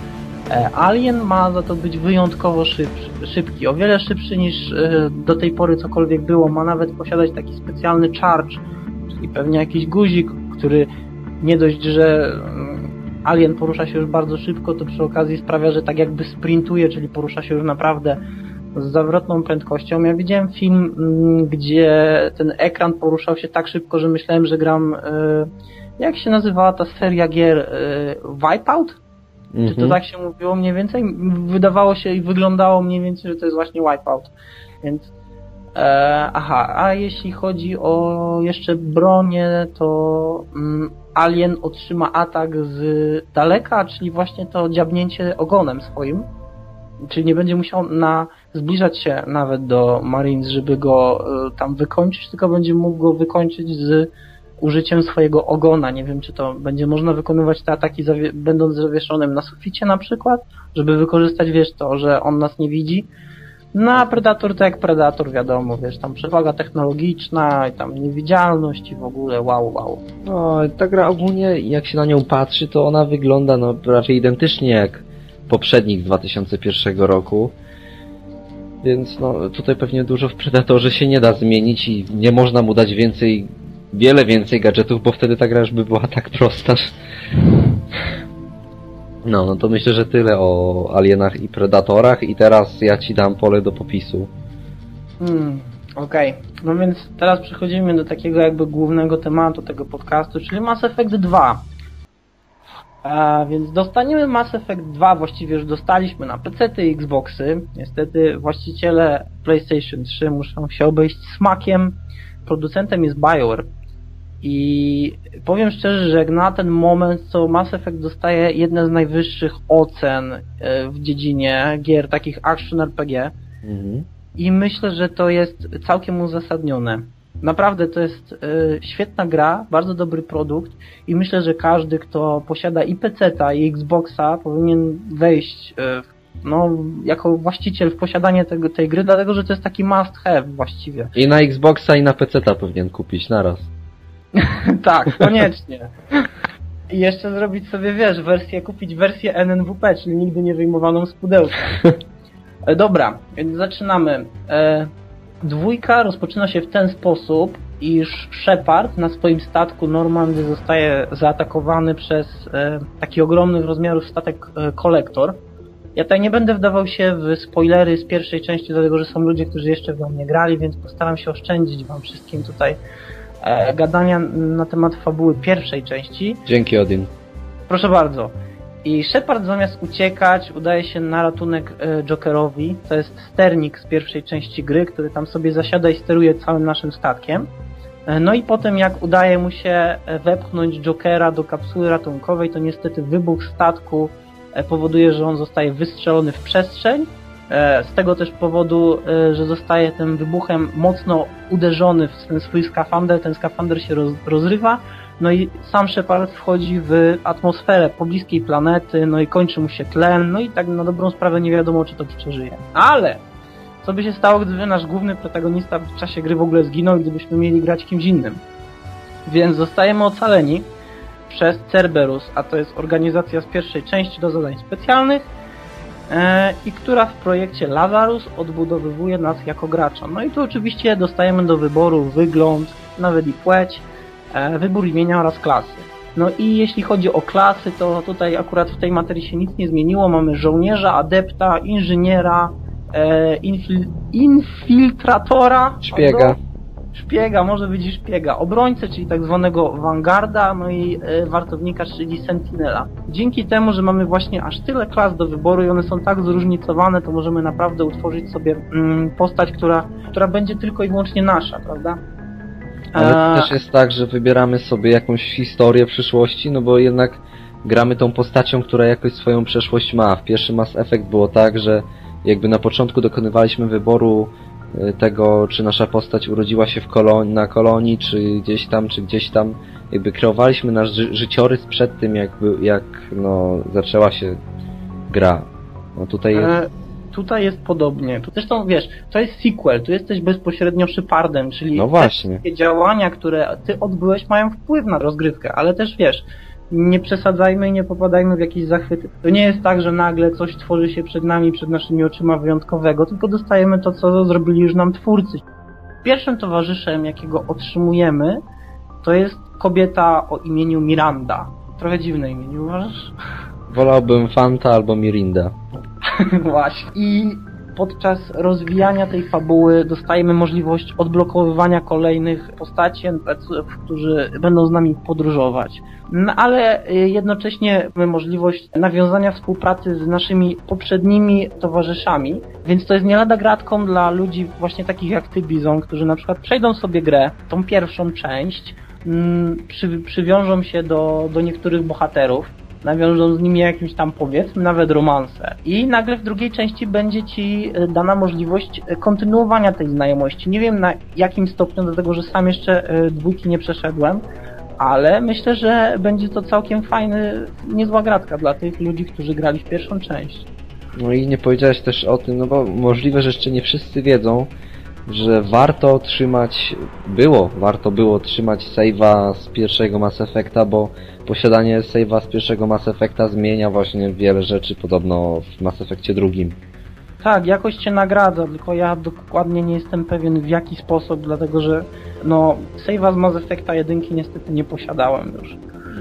E, Alien ma za to być wyjątkowo szybszy, szybki, o wiele szybszy niż e, do tej pory cokolwiek było. Ma nawet posiadać taki specjalny charge, czyli pewnie jakiś guzik, który nie dość, że mm, Alien porusza się już bardzo szybko, to przy okazji sprawia, że tak jakby sprintuje, czyli porusza się już naprawdę z zawrotną prędkością. Ja widziałem film, mm, gdzie ten ekran poruszał się tak szybko, że myślałem, że gram... E, jak się nazywała ta seria gier? E, Wipeout? Mm-hmm. Czy to tak się mówiło mniej więcej? Wydawało się i wyglądało mniej więcej, że to jest właśnie Wipeout. Więc e, aha, a jeśli chodzi o jeszcze bronię, to mm, Alien otrzyma atak z daleka, czyli właśnie to dziabnięcie ogonem swoim. Czyli nie będzie musiał na, zbliżać się nawet do Marines, żeby go y, tam wykończyć, tylko będzie mógł go wykończyć z użyciem swojego ogona. Nie wiem, czy to będzie można wykonywać te ataki zawie- będąc zawieszonym na suficie na przykład, żeby wykorzystać, wiesz, to, że on nas nie widzi. No a Predator to jak Predator, wiadomo, wiesz, tam przewaga technologiczna i tam niewidzialność i w ogóle wow, wow. No, ta gra ogólnie, jak się na nią patrzy, to ona wygląda no prawie identycznie jak poprzednik z dwa tysiące pierwszego roku. Więc no tutaj pewnie dużo w Predatorze się nie da zmienić i nie można mu dać więcej, wiele więcej gadżetów, bo wtedy ta gra już by była tak prosta. No, no to myślę, że tyle o Alienach i Predatorach i teraz ja ci dam pole do popisu. Hmm, okej. Okay. No więc teraz przechodzimy do takiego jakby głównego tematu tego podcastu, czyli Mass Effect dwa. A więc dostaniemy Mass Effect dwa, właściwie już dostaliśmy na pecety i Xboxy. Niestety właściciele PlayStation trzy muszą się obejść smakiem. Producentem jest BioWare. I powiem szczerze, że jak na ten moment, to Mass Effect dostaje jedne z najwyższych ocen w dziedzinie gier takich action R P G. Mhm. I myślę, że to jest całkiem uzasadnione. Naprawdę to jest y, świetna gra, bardzo dobry produkt i myślę, że każdy, kto posiada i peceta, i Xboxa, powinien wejść y, no, jako właściciel w posiadanie tego, tej gry, dlatego że to jest taki must have właściwie. I na Xboxa i na peceta powinien kupić naraz. Tak, koniecznie. I jeszcze zrobić sobie, wiesz, wersję, kupić wersję N N W P, czyli nigdy nie wyjmowaną z pudełka. E, dobra, więc zaczynamy. E, Dwójka rozpoczyna się w ten sposób, iż Shepard na swoim statku Normandy zostaje zaatakowany przez e, taki ogromnych rozmiarów statek e, kolektor. Ja tutaj nie będę wdawał się w spoilery z pierwszej części, dlatego że są ludzie, którzy jeszcze w nią nie grali, więc postaram się oszczędzić wam wszystkim tutaj e, gadania na temat fabuły pierwszej części. Dzięki, Odin. Proszę bardzo. I Shepard zamiast uciekać udaje się na ratunek e, Jokerowi. To jest sternik z pierwszej części gry, który tam sobie zasiada i steruje całym naszym statkiem. E, no i potem jak udaje mu się wepchnąć Jokera do kapsuły ratunkowej, to niestety wybuch statku e, powoduje, że on zostaje wystrzelony w przestrzeń. E, z tego też powodu, e, że zostaje tym wybuchem mocno uderzony w ten swój skafander. Ten skafander się roz, rozrywa. No i sam Shepard wchodzi w atmosferę pobliskiej planety, no i kończy mu się tlen, no i tak na dobrą sprawę nie wiadomo, czy to przeżyje. Ale co by się stało, gdyby nasz główny protagonista w czasie gry w ogóle zginął, gdybyśmy mieli grać kimś innym? Więc zostajemy ocaleni przez Cerberus, a to jest organizacja z pierwszej części do zadań specjalnych e, i która w projekcie Lazarus odbudowywuje nas jako gracza. No i tu oczywiście dostajemy do wyboru wygląd, nawet i płeć, wybór imienia oraz klasy. No i jeśli chodzi o klasy, to tutaj akurat w tej materii się nic nie zmieniło. Mamy żołnierza, adepta, inżyniera, e, infil, infiltratora, szpiega. Obro... Szpiega, może być i szpiega. Obrońcę, czyli tak zwanego Vanguarda, no i e, wartownika, czyli Sentinela. Dzięki temu, że mamy właśnie aż tyle klas do wyboru i one są tak zróżnicowane, to możemy naprawdę utworzyć sobie mm, postać, która, która będzie tylko i wyłącznie nasza, prawda? Ale to też jest tak, że wybieramy sobie jakąś historię przyszłości, no bo jednak gramy tą postacią, która jakoś swoją przeszłość ma. W pierwszym Mass Effect było tak, że jakby na początku dokonywaliśmy wyboru tego, czy nasza postać urodziła się w kolon- na kolonii, czy gdzieś tam, czy gdzieś tam. Jakby kreowaliśmy nasz ży- życiorys przed tym, jakby, jak no, zaczęła się gra. No tutaj jest... E, tutaj jest podobnie. Tu zresztą, wiesz, to jest sequel, tu jesteś bezpośrednio Shepardem, czyli no właśnie. te działania, które ty odbyłeś, mają wpływ na rozgrywkę, ale też, wiesz, nie przesadzajmy i nie popadajmy w jakieś zachwyty. To nie jest tak, że nagle coś tworzy się przed nami, przed naszymi oczyma wyjątkowego, tylko dostajemy to, co zrobili już nam twórcy. Pierwszym towarzyszem, jakiego otrzymujemy, to jest kobieta o imieniu Miranda. Trochę dziwne imię, nie uważasz? Wolałbym Fanta albo Mirinda. Właśnie. I podczas rozwijania tej fabuły dostajemy możliwość odblokowywania kolejnych postaci en pe ce ów, którzy będą z nami podróżować. No, ale jednocześnie mamy możliwość nawiązania współpracy z naszymi poprzednimi towarzyszami, więc to jest nie lada gratką dla ludzi właśnie takich jak ty, Bizon, którzy na przykład przejdą sobie grę, tą pierwszą część, przy, przywiążą się do, do niektórych bohaterów, nawiążą z nimi jakimś tam, powiedzmy, nawet romanse. I nagle w drugiej części będzie ci dana możliwość kontynuowania tej znajomości. Nie wiem na jakim stopniu, dlatego że sam jeszcze dwójki nie przeszedłem, ale myślę, że będzie to całkiem fajny, niezła gratka dla tych ludzi, którzy grali w pierwszą część. No i nie powiedziałeś też o tym, no bo możliwe, że jeszcze nie wszyscy wiedzą, że warto trzymać, było, warto było trzymać save'a z pierwszego Mass Effecta, bo posiadanie save'a z pierwszego Mass Effecta zmienia właśnie wiele rzeczy, podobno w Mass Effectie drugim. Tak, jakoś cię nagradza, tylko ja dokładnie nie jestem pewien w jaki sposób, dlatego że no save'a z Mass Effecta jedynki niestety nie posiadałem już.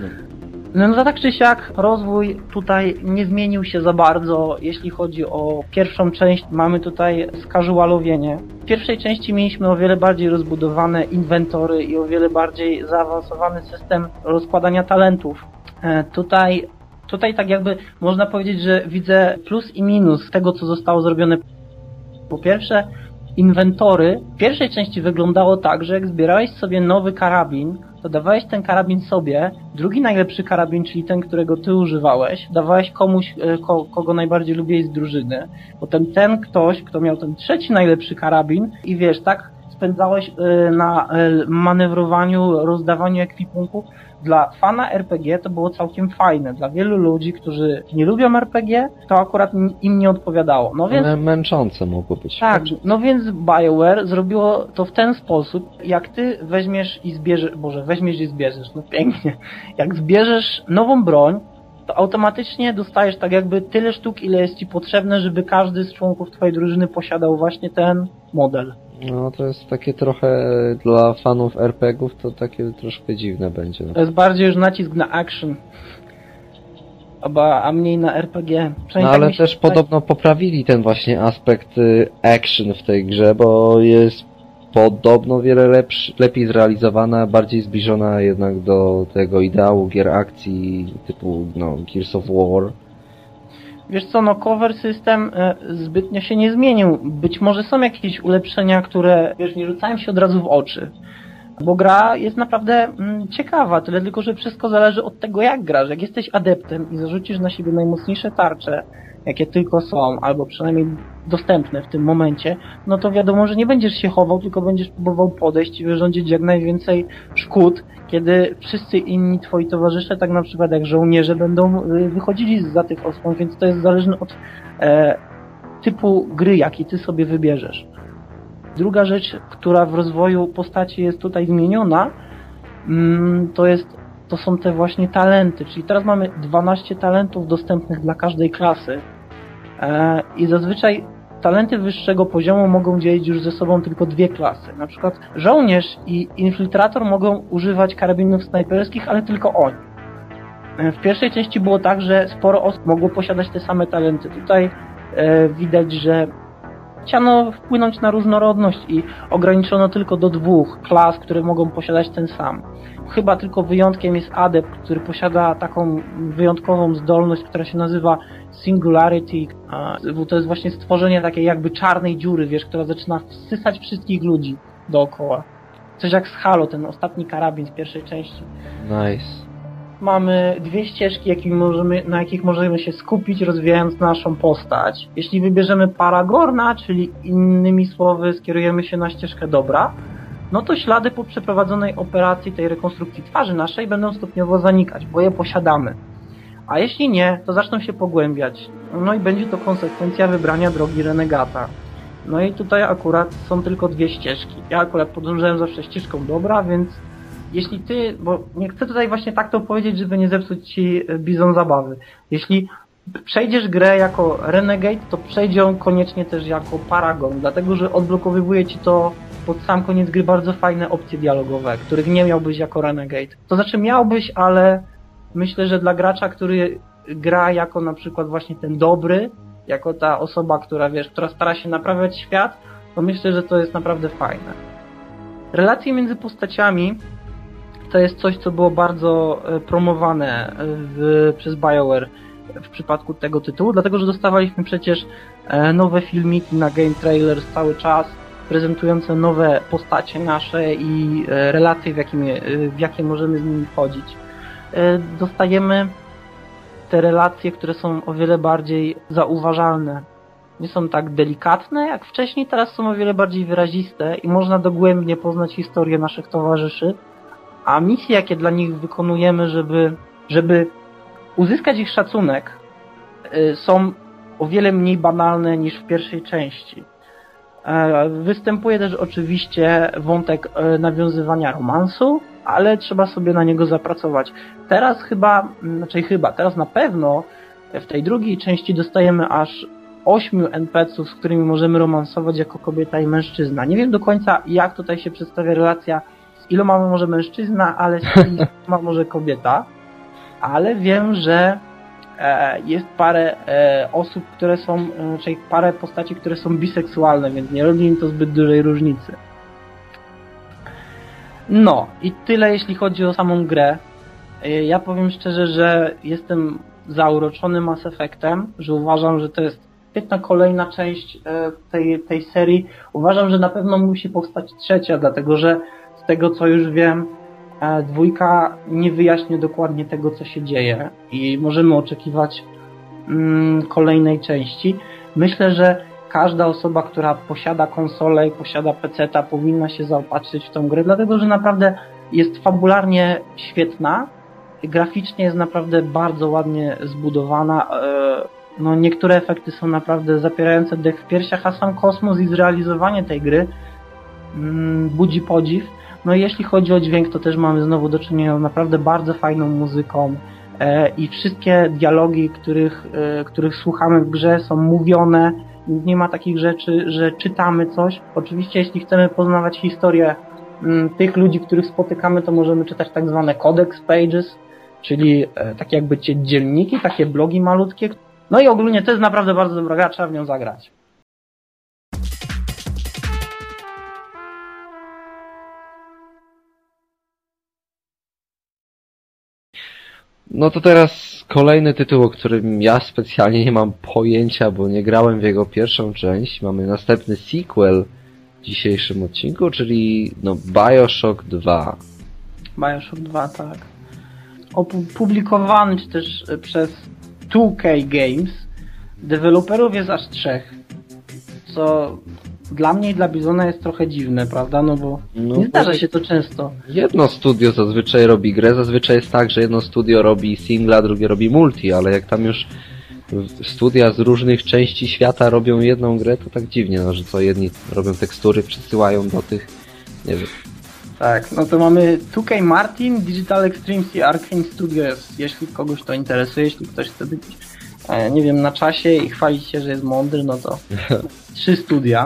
No, no tak czy siak, rozwój tutaj nie zmienił się za bardzo, jeśli chodzi o pierwszą część. Mamy tutaj skażualowienie. W pierwszej części mieliśmy o wiele bardziej rozbudowane inwentory i o wiele bardziej zaawansowany system rozkładania talentów. E, tutaj, tutaj tak jakby można powiedzieć, że widzę plus i minus tego, co zostało zrobione. Po pierwsze, inwentory w pierwszej części wyglądało tak, że jak zbierałeś sobie nowy karabin, to dawałeś ten karabin sobie, drugi najlepszy karabin, czyli ten, którego ty używałeś, dawałeś komuś, ko, kogo najbardziej lubiłeś z drużyny, potem ten ktoś, kto miał ten trzeci najlepszy karabin i wiesz, tak spędzałeś na manewrowaniu, rozdawaniu ekwipunku. Dla fana er pe gie to było całkiem fajne. Dla wielu ludzi, którzy nie lubią er pe gie, to akurat im nie odpowiadało. No więc... Mę- męczące mogło być. Tak, no więc BioWare zrobiło to w ten sposób, jak ty weźmiesz i zbierzesz, boże, weźmiesz i zbierzesz, no pięknie. Jak zbierzesz nową broń, to automatycznie dostajesz tak jakby tyle sztuk, ile jest ci potrzebne, żeby każdy z członków twojej drużyny posiadał właśnie ten model. No to jest takie trochę dla fanów er pe gie ów to takie troszkę dziwne będzie. To jest bardziej już nacisk na action, a, a mniej na er pe gie. No ale tak też podobno poprawili ten właśnie aspekt y, action w tej grze, bo jest podobno wiele lepszy, lepiej zrealizowana, bardziej zbliżona jednak do tego ideału gier akcji typu no, Gears of War. Wiesz co, no cover system e, zbytnio się nie zmienił. Być może są jakieś ulepszenia, które, wiesz, nie rzucają się od razu w oczy. Bo gra jest naprawdę mm, ciekawa, tyle tylko, że wszystko zależy od tego, jak grasz. Jak jesteś adeptem i zarzucisz na siebie najmocniejsze tarcze, jakie tylko są, albo przynajmniej dostępne w tym momencie, no to wiadomo, że nie będziesz się chował, tylko będziesz próbował podejść i wyrządzić jak najwięcej szkód, kiedy wszyscy inni twoi towarzysze, tak na przykład jak żołnierze, będą wychodzili zza tych osłon, więc to jest zależne od e, typu gry, jaki ty sobie wybierzesz. Druga rzecz, która w rozwoju postaci jest tutaj zmieniona, mm, to jest to są te właśnie talenty, czyli teraz mamy dwanaście talentów dostępnych dla każdej klasy e, i zazwyczaj talenty wyższego poziomu mogą dzielić już ze sobą tylko dwie klasy. Na przykład żołnierz i infiltrator mogą używać karabinów snajperskich, ale tylko oni. E, w pierwszej części było tak, że sporo osób mogło posiadać te same talenty. Tutaj e, widać, że chciano wpłynąć na różnorodność i ograniczono tylko do dwóch klas, które mogą posiadać ten sam. Chyba tylko wyjątkiem jest adept, który posiada taką wyjątkową zdolność, która się nazywa Singularity. To jest właśnie stworzenie takiej jakby czarnej dziury, wiesz, która zaczyna wsysać wszystkich ludzi dookoła. Coś jak z Halo, ten ostatni karabin z pierwszej części. Nice. Mamy dwie ścieżki, jakimi możemy, na jakich możemy się skupić, rozwijając naszą postać. Jeśli wybierzemy Paragorna, czyli innymi słowy skierujemy się na ścieżkę dobra, no to ślady po przeprowadzonej operacji tej rekonstrukcji twarzy naszej będą stopniowo zanikać, bo je posiadamy. A jeśli nie, to zaczną się pogłębiać. No i będzie to konsekwencja wybrania drogi renegata. No i tutaj akurat są tylko dwie ścieżki. Ja akurat podążałem zawsze ścieżką dobra, więc jeśli ty, bo nie chcę tutaj właśnie tak to powiedzieć, żeby nie zepsuć ci Bizon zabawy. Jeśli przejdziesz grę jako Renegade, to przejdzie ją koniecznie też jako Paragon, dlatego że odblokowywuje ci to pod sam koniec gry bardzo fajne opcje dialogowe, których nie miałbyś jako Renegade. To znaczy miałbyś, ale myślę, że dla gracza, który gra jako na przykład właśnie ten dobry, jako ta osoba, która wiesz, która stara się naprawiać świat, to myślę, że to jest naprawdę fajne. Relacje między postaciami to jest coś, co było bardzo promowane w, przez BioWare w przypadku tego tytułu, dlatego że dostawaliśmy przecież nowe filmiki na Game Trailers cały czas, prezentujące nowe postacie nasze i relacje, w jakie, w jakie możemy z nimi wchodzić. Dostajemy te relacje, które są o wiele bardziej zauważalne. Nie są tak delikatne jak wcześniej, teraz są o wiele bardziej wyraziste i można dogłębnie poznać historię naszych towarzyszy, a misje, jakie dla nich wykonujemy, żeby, żeby uzyskać ich szacunek, są o wiele mniej banalne niż w pierwszej części. Występuje też oczywiście wątek nawiązywania romansu, ale trzeba sobie na niego zapracować. Teraz chyba, znaczy chyba, teraz na pewno w tej drugiej części dostajemy aż ośmiu en pe ce ów, z którymi możemy romansować jako kobieta i mężczyzna. Nie wiem do końca, jak tutaj się przedstawia relacja, z iloma może mężczyzna, ale z iloma może kobieta, ale wiem, że e, jest parę e, osób, które są, e, czyli parę postaci, które są biseksualne, więc nie robi im to zbyt dużej różnicy. No i tyle jeśli chodzi o samą grę. E, ja powiem szczerze, że jestem zauroczony Mass Effectem, że uważam, że to jest świetna kolejna część e, tej, tej serii. Uważam, że na pewno musi powstać trzecia, dlatego że z tego co już wiem, e, dwójka nie wyjaśnia dokładnie tego, co się dzieje i możemy oczekiwać mm, kolejnej części. Myślę, że każda osoba, która posiada konsolę i posiada peceta, powinna się zaopatrzyć w tą grę, dlatego że naprawdę jest fabularnie świetna, graficznie jest naprawdę bardzo ładnie zbudowana. E, no niektóre efekty są naprawdę zapierające dech w piersiach, a sam kosmos i zrealizowanie tej gry mm, budzi podziw. No i jeśli chodzi o dźwięk, to też mamy znowu do czynienia z naprawdę bardzo fajną muzyką e, i wszystkie dialogi, których, e, których słuchamy w grze, są mówione. Nie ma takich rzeczy, że czytamy coś. Oczywiście jeśli chcemy poznawać historię m, tych ludzi, których spotykamy, to możemy czytać tak zwane codex pages, czyli e, takie jakby dzienniki, takie blogi malutkie. No i ogólnie to jest naprawdę bardzo dobra gra, trzeba w nią zagrać. No to teraz kolejny tytuł, o którym ja specjalnie nie mam pojęcia, bo nie grałem w jego pierwszą część. Mamy następny sequel w dzisiejszym odcinku, czyli no BioShock dwa. BioShock dwa, tak. Opublikowany czy też przez two K Games. Deweloperów jest aż trzech. Co dla mnie i dla Bizona jest trochę dziwne, prawda? No bo no nie zdarza się to często. Jedno studio zazwyczaj robi grę, zazwyczaj jest tak, że jedno studio robi singla, drugie robi multi, ale jak tam już studia z różnych części świata robią jedną grę, to tak dziwnie, no, że co jedni robią tekstury, przesyłają do tych, nie wiem. Tak, no to mamy two K Martin, Digital Extremes i Arkane Studios, jeśli kogoś to interesuje, jeśli ktoś chce być, nie wiem, na czasie i chwalić się, że jest mądry, no to trzy studia.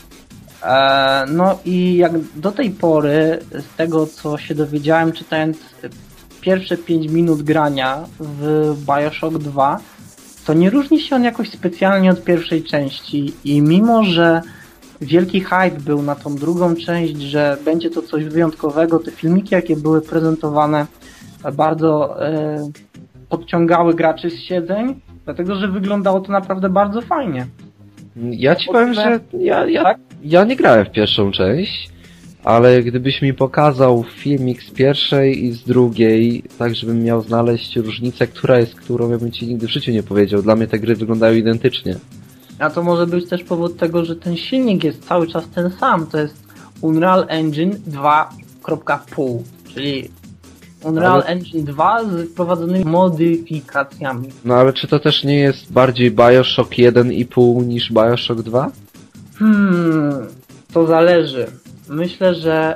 No i jak do tej pory, z tego co się dowiedziałem, czytając pierwsze pięć minut grania w BioShock dwa, to nie różni się on jakoś specjalnie od pierwszej części i mimo, że wielki hype był na tą drugą część, że będzie to coś wyjątkowego, te filmiki jakie były prezentowane bardzo e, podciągały graczy z siedzeń, dlatego że wyglądało to naprawdę bardzo fajnie. Ja ci powiem, że ja, ja, tak? ja nie grałem w pierwszą część, ale gdybyś mi pokazał filmik z pierwszej i z drugiej, tak żebym miał znaleźć różnicę, która jest którą, ja bym ci nigdy w życiu nie powiedział. Dla mnie te gry wyglądają identycznie. A to może być też powód tego, że ten silnik jest cały czas ten sam. To jest Unreal Engine dwa kropka pięć, czyli Unreal ale... Engine dwa z wprowadzonymi modyfikacjami. No ale czy to też nie jest bardziej BioShock jeden i pół niż BioShock dwa? Hmm, to zależy. Myślę, że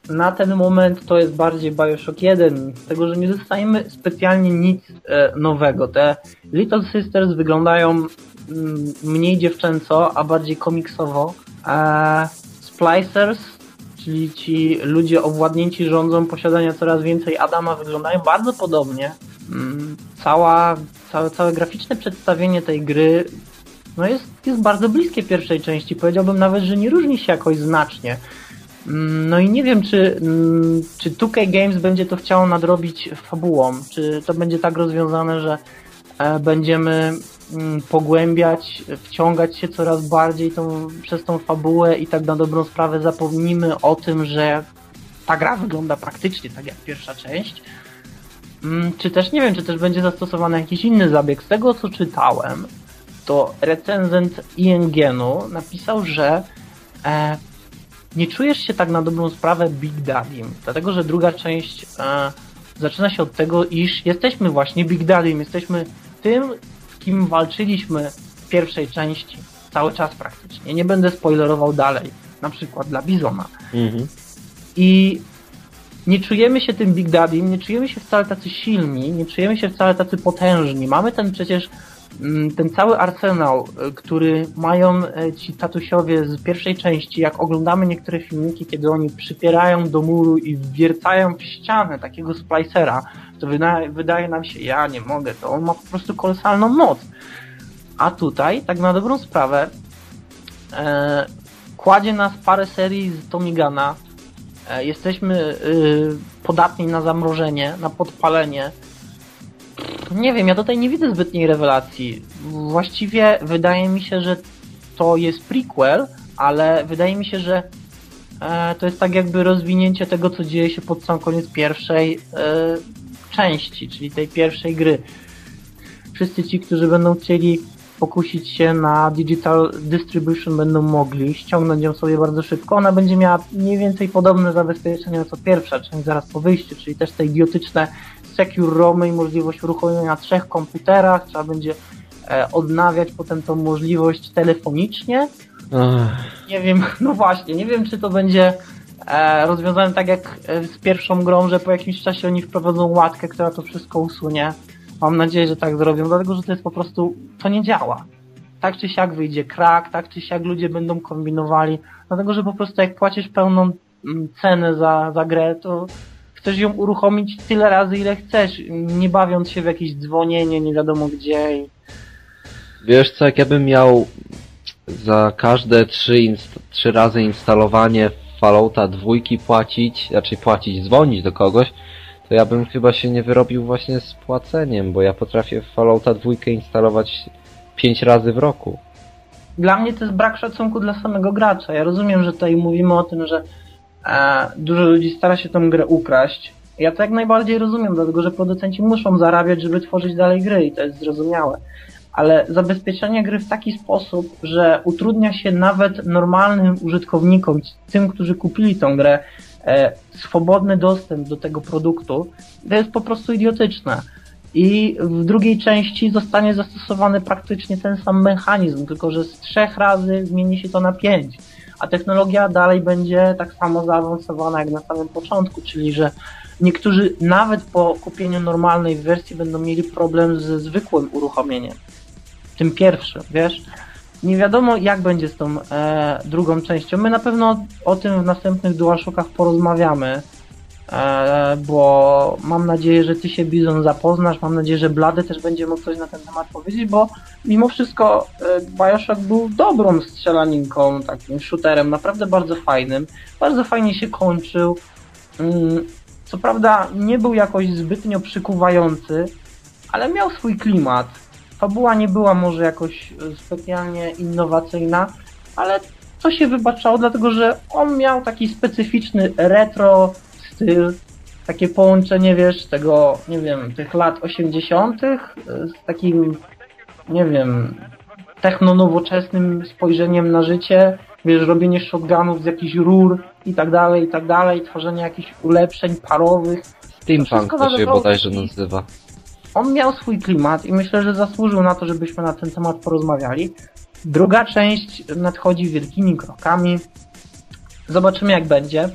na ten moment to jest bardziej Bioshock jeden, z tego, że nie dostajemy specjalnie nic e, nowego. Te Little Sisters wyglądają mm, mniej dziewczęco, a bardziej komiksowo. E, Splicers, czyli ci ludzie owładnięci rządzą posiadania coraz więcej Adama, wyglądają bardzo podobnie. Mm, cała, całe, całe graficzne przedstawienie tej gry no jest, jest bardzo bliskie pierwszej części. Powiedziałbym nawet, że nie różni się jakoś znacznie. No i nie wiem, czy, czy two K Games będzie to chciało nadrobić fabułą, czy to będzie tak rozwiązane, że będziemy pogłębiać, wciągać się coraz bardziej tą, przez tą fabułę i tak na dobrą sprawę zapomnimy o tym, że ta gra wygląda praktycznie tak jak pierwsza część. Czy też, nie wiem, czy też będzie zastosowany jakiś inny zabieg. Z tego, co czytałem, to recenzent I N G-u napisał, że e, nie czujesz się tak na dobrą sprawę Big Daddym, dlatego że druga część e, zaczyna się od tego, iż jesteśmy właśnie Big Daddym, jesteśmy tym, z kim walczyliśmy w pierwszej części, cały czas praktycznie. Nie będę spoilerował dalej, na przykład dla Bizona. Mhm. I nie czujemy się tym Big Daddym, nie czujemy się wcale tacy silni, nie czujemy się wcale tacy potężni. Mamy ten przecież ten cały arsenał, który mają ci tatusiowie z pierwszej części, jak oglądamy niektóre filmiki, kiedy oni przypierają do muru i wwiercają w ścianę takiego splicera, to wydaje, wydaje nam się, ja nie mogę, to on ma po prostu kolosalną moc. A tutaj, tak na dobrą sprawę, e, kładzie nas parę serii z Tommy Guna, e, jesteśmy e, podatni na zamrożenie, na podpalenie. Nie wiem, ja tutaj nie widzę zbytniej rewelacji. Właściwie wydaje mi się, że to jest prequel, ale wydaje mi się, że e, to jest tak jakby rozwinięcie tego, co dzieje się pod sam koniec pierwszej e, części, czyli tej pierwszej gry. Wszyscy ci, którzy będą chcieli pokusić się na digital distribution, będą mogli ściągnąć ją sobie bardzo szybko. Ona będzie miała mniej więcej podobne zabezpieczenia co pierwsza część zaraz po wyjściu, czyli też te idiotyczne Secure ROMy i możliwość uruchomienia na trzech komputerach. Trzeba będzie e, odnawiać potem tą możliwość telefonicznie. Ech. Nie wiem, no właśnie, nie wiem, czy to będzie e, rozwiązane tak jak z pierwszą grą, że po jakimś czasie oni wprowadzą łatkę, która to wszystko usunie. Mam nadzieję, że tak zrobią, dlatego że to jest po prostu, to nie działa. Tak czy siak wyjdzie krak, tak czy siak ludzie będą kombinowali, dlatego że po prostu jak płacisz pełną cenę za, za grę, to chcesz ją uruchomić tyle razy, ile chcesz, nie bawiąc się w jakieś dzwonienie, nie wiadomo gdzie. I... Wiesz co, jak ja bym miał za każde trzy, inst- trzy razy instalowanie Fallouta dwójki płacić, raczej płacić, dzwonić do kogoś, to ja bym chyba się nie wyrobił właśnie z płaceniem, bo ja potrafię Fallouta dwójkę instalować pięć razy w roku. Dla mnie to jest brak szacunku dla samego gracza. Ja rozumiem, że tutaj mówimy o tym, że e, dużo ludzi stara się tę grę ukraść. Ja to jak najbardziej rozumiem, dlatego że producenci muszą zarabiać, żeby tworzyć dalej gry i to jest zrozumiałe. Ale zabezpieczenie gry w taki sposób, że utrudnia się nawet normalnym użytkownikom, tym, którzy kupili tę grę, e, swobodny dostęp do tego produktu, to jest po prostu idiotyczne. I w drugiej części zostanie zastosowany praktycznie ten sam mechanizm, tylko że z trzech razy zmieni się to na pięć. A technologia dalej będzie tak samo zaawansowana jak na samym początku, czyli że niektórzy nawet po kupieniu normalnej wersji będą mieli problem ze zwykłym uruchomieniem. Tym pierwszym, wiesz? Nie wiadomo jak będzie z tą e, drugą częścią. My na pewno o tym w następnych DualShockach porozmawiamy, e, bo mam nadzieję, że ty się, Bizon, zapoznasz, mam nadzieję, że Blady też będzie mógł coś na ten temat powiedzieć, bo mimo wszystko e, Bioshock był dobrą strzelaninką, takim shooterem, naprawdę bardzo fajnym, bardzo fajnie się kończył. Mm, co prawda nie był jakoś zbytnio przykuwający, ale miał swój klimat. Fabuła nie była może jakoś specjalnie innowacyjna, ale to się wybaczało, dlatego że on miał taki specyficzny retro styl, takie połączenie, wiesz, tego, nie wiem, tych lat osiemdziesiątych z takim, nie wiem, techno-nowoczesnym spojrzeniem na życie, wiesz, robienie shotgunów z jakichś rur i tak dalej, i tak dalej, tworzenie jakichś ulepszeń parowych. Steampunk to, to się bodajże nazywa. On miał swój klimat i myślę, że zasłużył na to, żebyśmy na ten temat porozmawiali. Druga część nadchodzi wielkimi krokami. Zobaczymy jak będzie.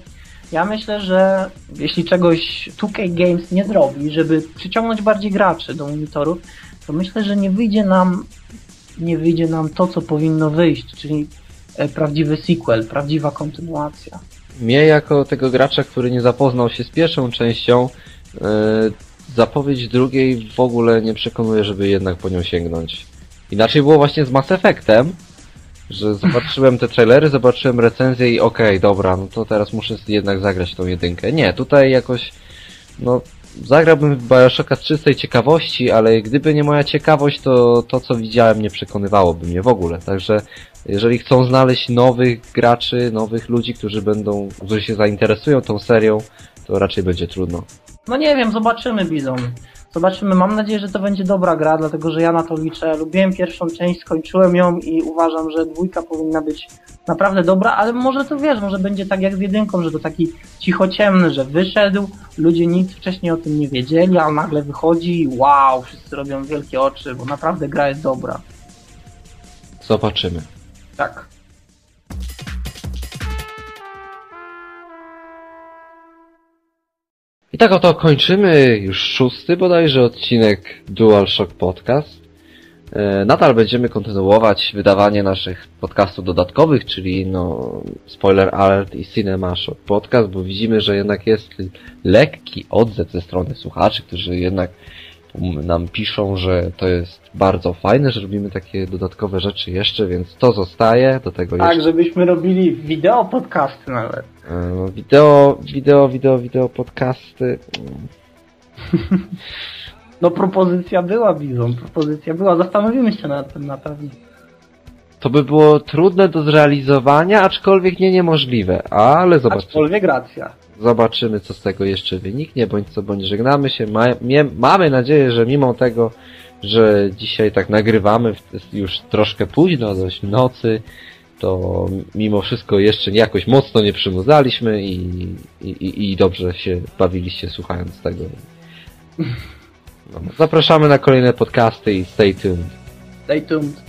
Ja myślę, że jeśli czegoś two K Games nie zrobi, żeby przyciągnąć bardziej graczy do monitorów, to myślę, że nie wyjdzie nam nie wyjdzie nam to, co powinno wyjść, czyli prawdziwy sequel, prawdziwa kontynuacja. Mnie jako tego gracza, który nie zapoznał się z pierwszą częścią, yy, zapowiedź drugiej w ogóle nie przekonuje, żeby jednak po nią sięgnąć. Inaczej było właśnie z Mass Effectem, że zobaczyłem te trailery, zobaczyłem recenzję i okej, okay, dobra, no to teraz muszę jednak zagrać tą jedynkę. Nie, tutaj jakoś, no, zagrałbym w Bioshocka z czystej ciekawości, ale gdyby nie moja ciekawość, to to, co widziałem, nie przekonywałoby mnie w ogóle. Także jeżeli chcą znaleźć nowych graczy, nowych ludzi, którzy będą, którzy się zainteresują tą serią, to raczej będzie trudno. No nie wiem, zobaczymy, Bizon. Zobaczymy, mam nadzieję, że to będzie dobra gra, dlatego że ja na to liczę. Lubiłem pierwszą część, skończyłem ją i uważam, że dwójka powinna być naprawdę dobra, ale może to wiesz, może będzie tak jak z jedynką, że to taki cichociemny, że wyszedł, ludzie nic wcześniej o tym nie wiedzieli, a nagle wychodzi i wow, wszyscy robią wielkie oczy, bo naprawdę gra jest dobra. Zobaczymy. Tak. I tak oto kończymy już szósty bodajże odcinek DualShock Podcast. E, nadal będziemy kontynuować wydawanie naszych podcastów dodatkowych, czyli no Spoiler Alert i Cinema Shock Podcast, bo widzimy, że jednak jest lekki odzew ze strony słuchaczy, którzy jednak nam piszą, że to jest bardzo fajne, że robimy takie dodatkowe rzeczy jeszcze, więc to zostaje, do tego tak, jeszcze... Tak, żebyśmy robili wideo podcasty nawet. E, wideo, wideo, wideo, wideo podcasty... No propozycja była, Bizon, propozycja była. Zastanowimy się nad tym na pewno. To by było trudne do zrealizowania, aczkolwiek nie niemożliwe, ale zobaczymy. Aczkolwiek racja. Zobaczymy, co z tego jeszcze wyniknie, bądź co, bądź żegnamy się. Ma, mie, mamy nadzieję, że mimo tego, że dzisiaj tak nagrywamy, jest już troszkę późno, dość nocy, to mimo wszystko jeszcze jakoś mocno nie przymudzaliśmy i, i, i dobrze się bawiliście słuchając tego. No, zapraszamy na kolejne podcasty i stay tuned. Stay tuned.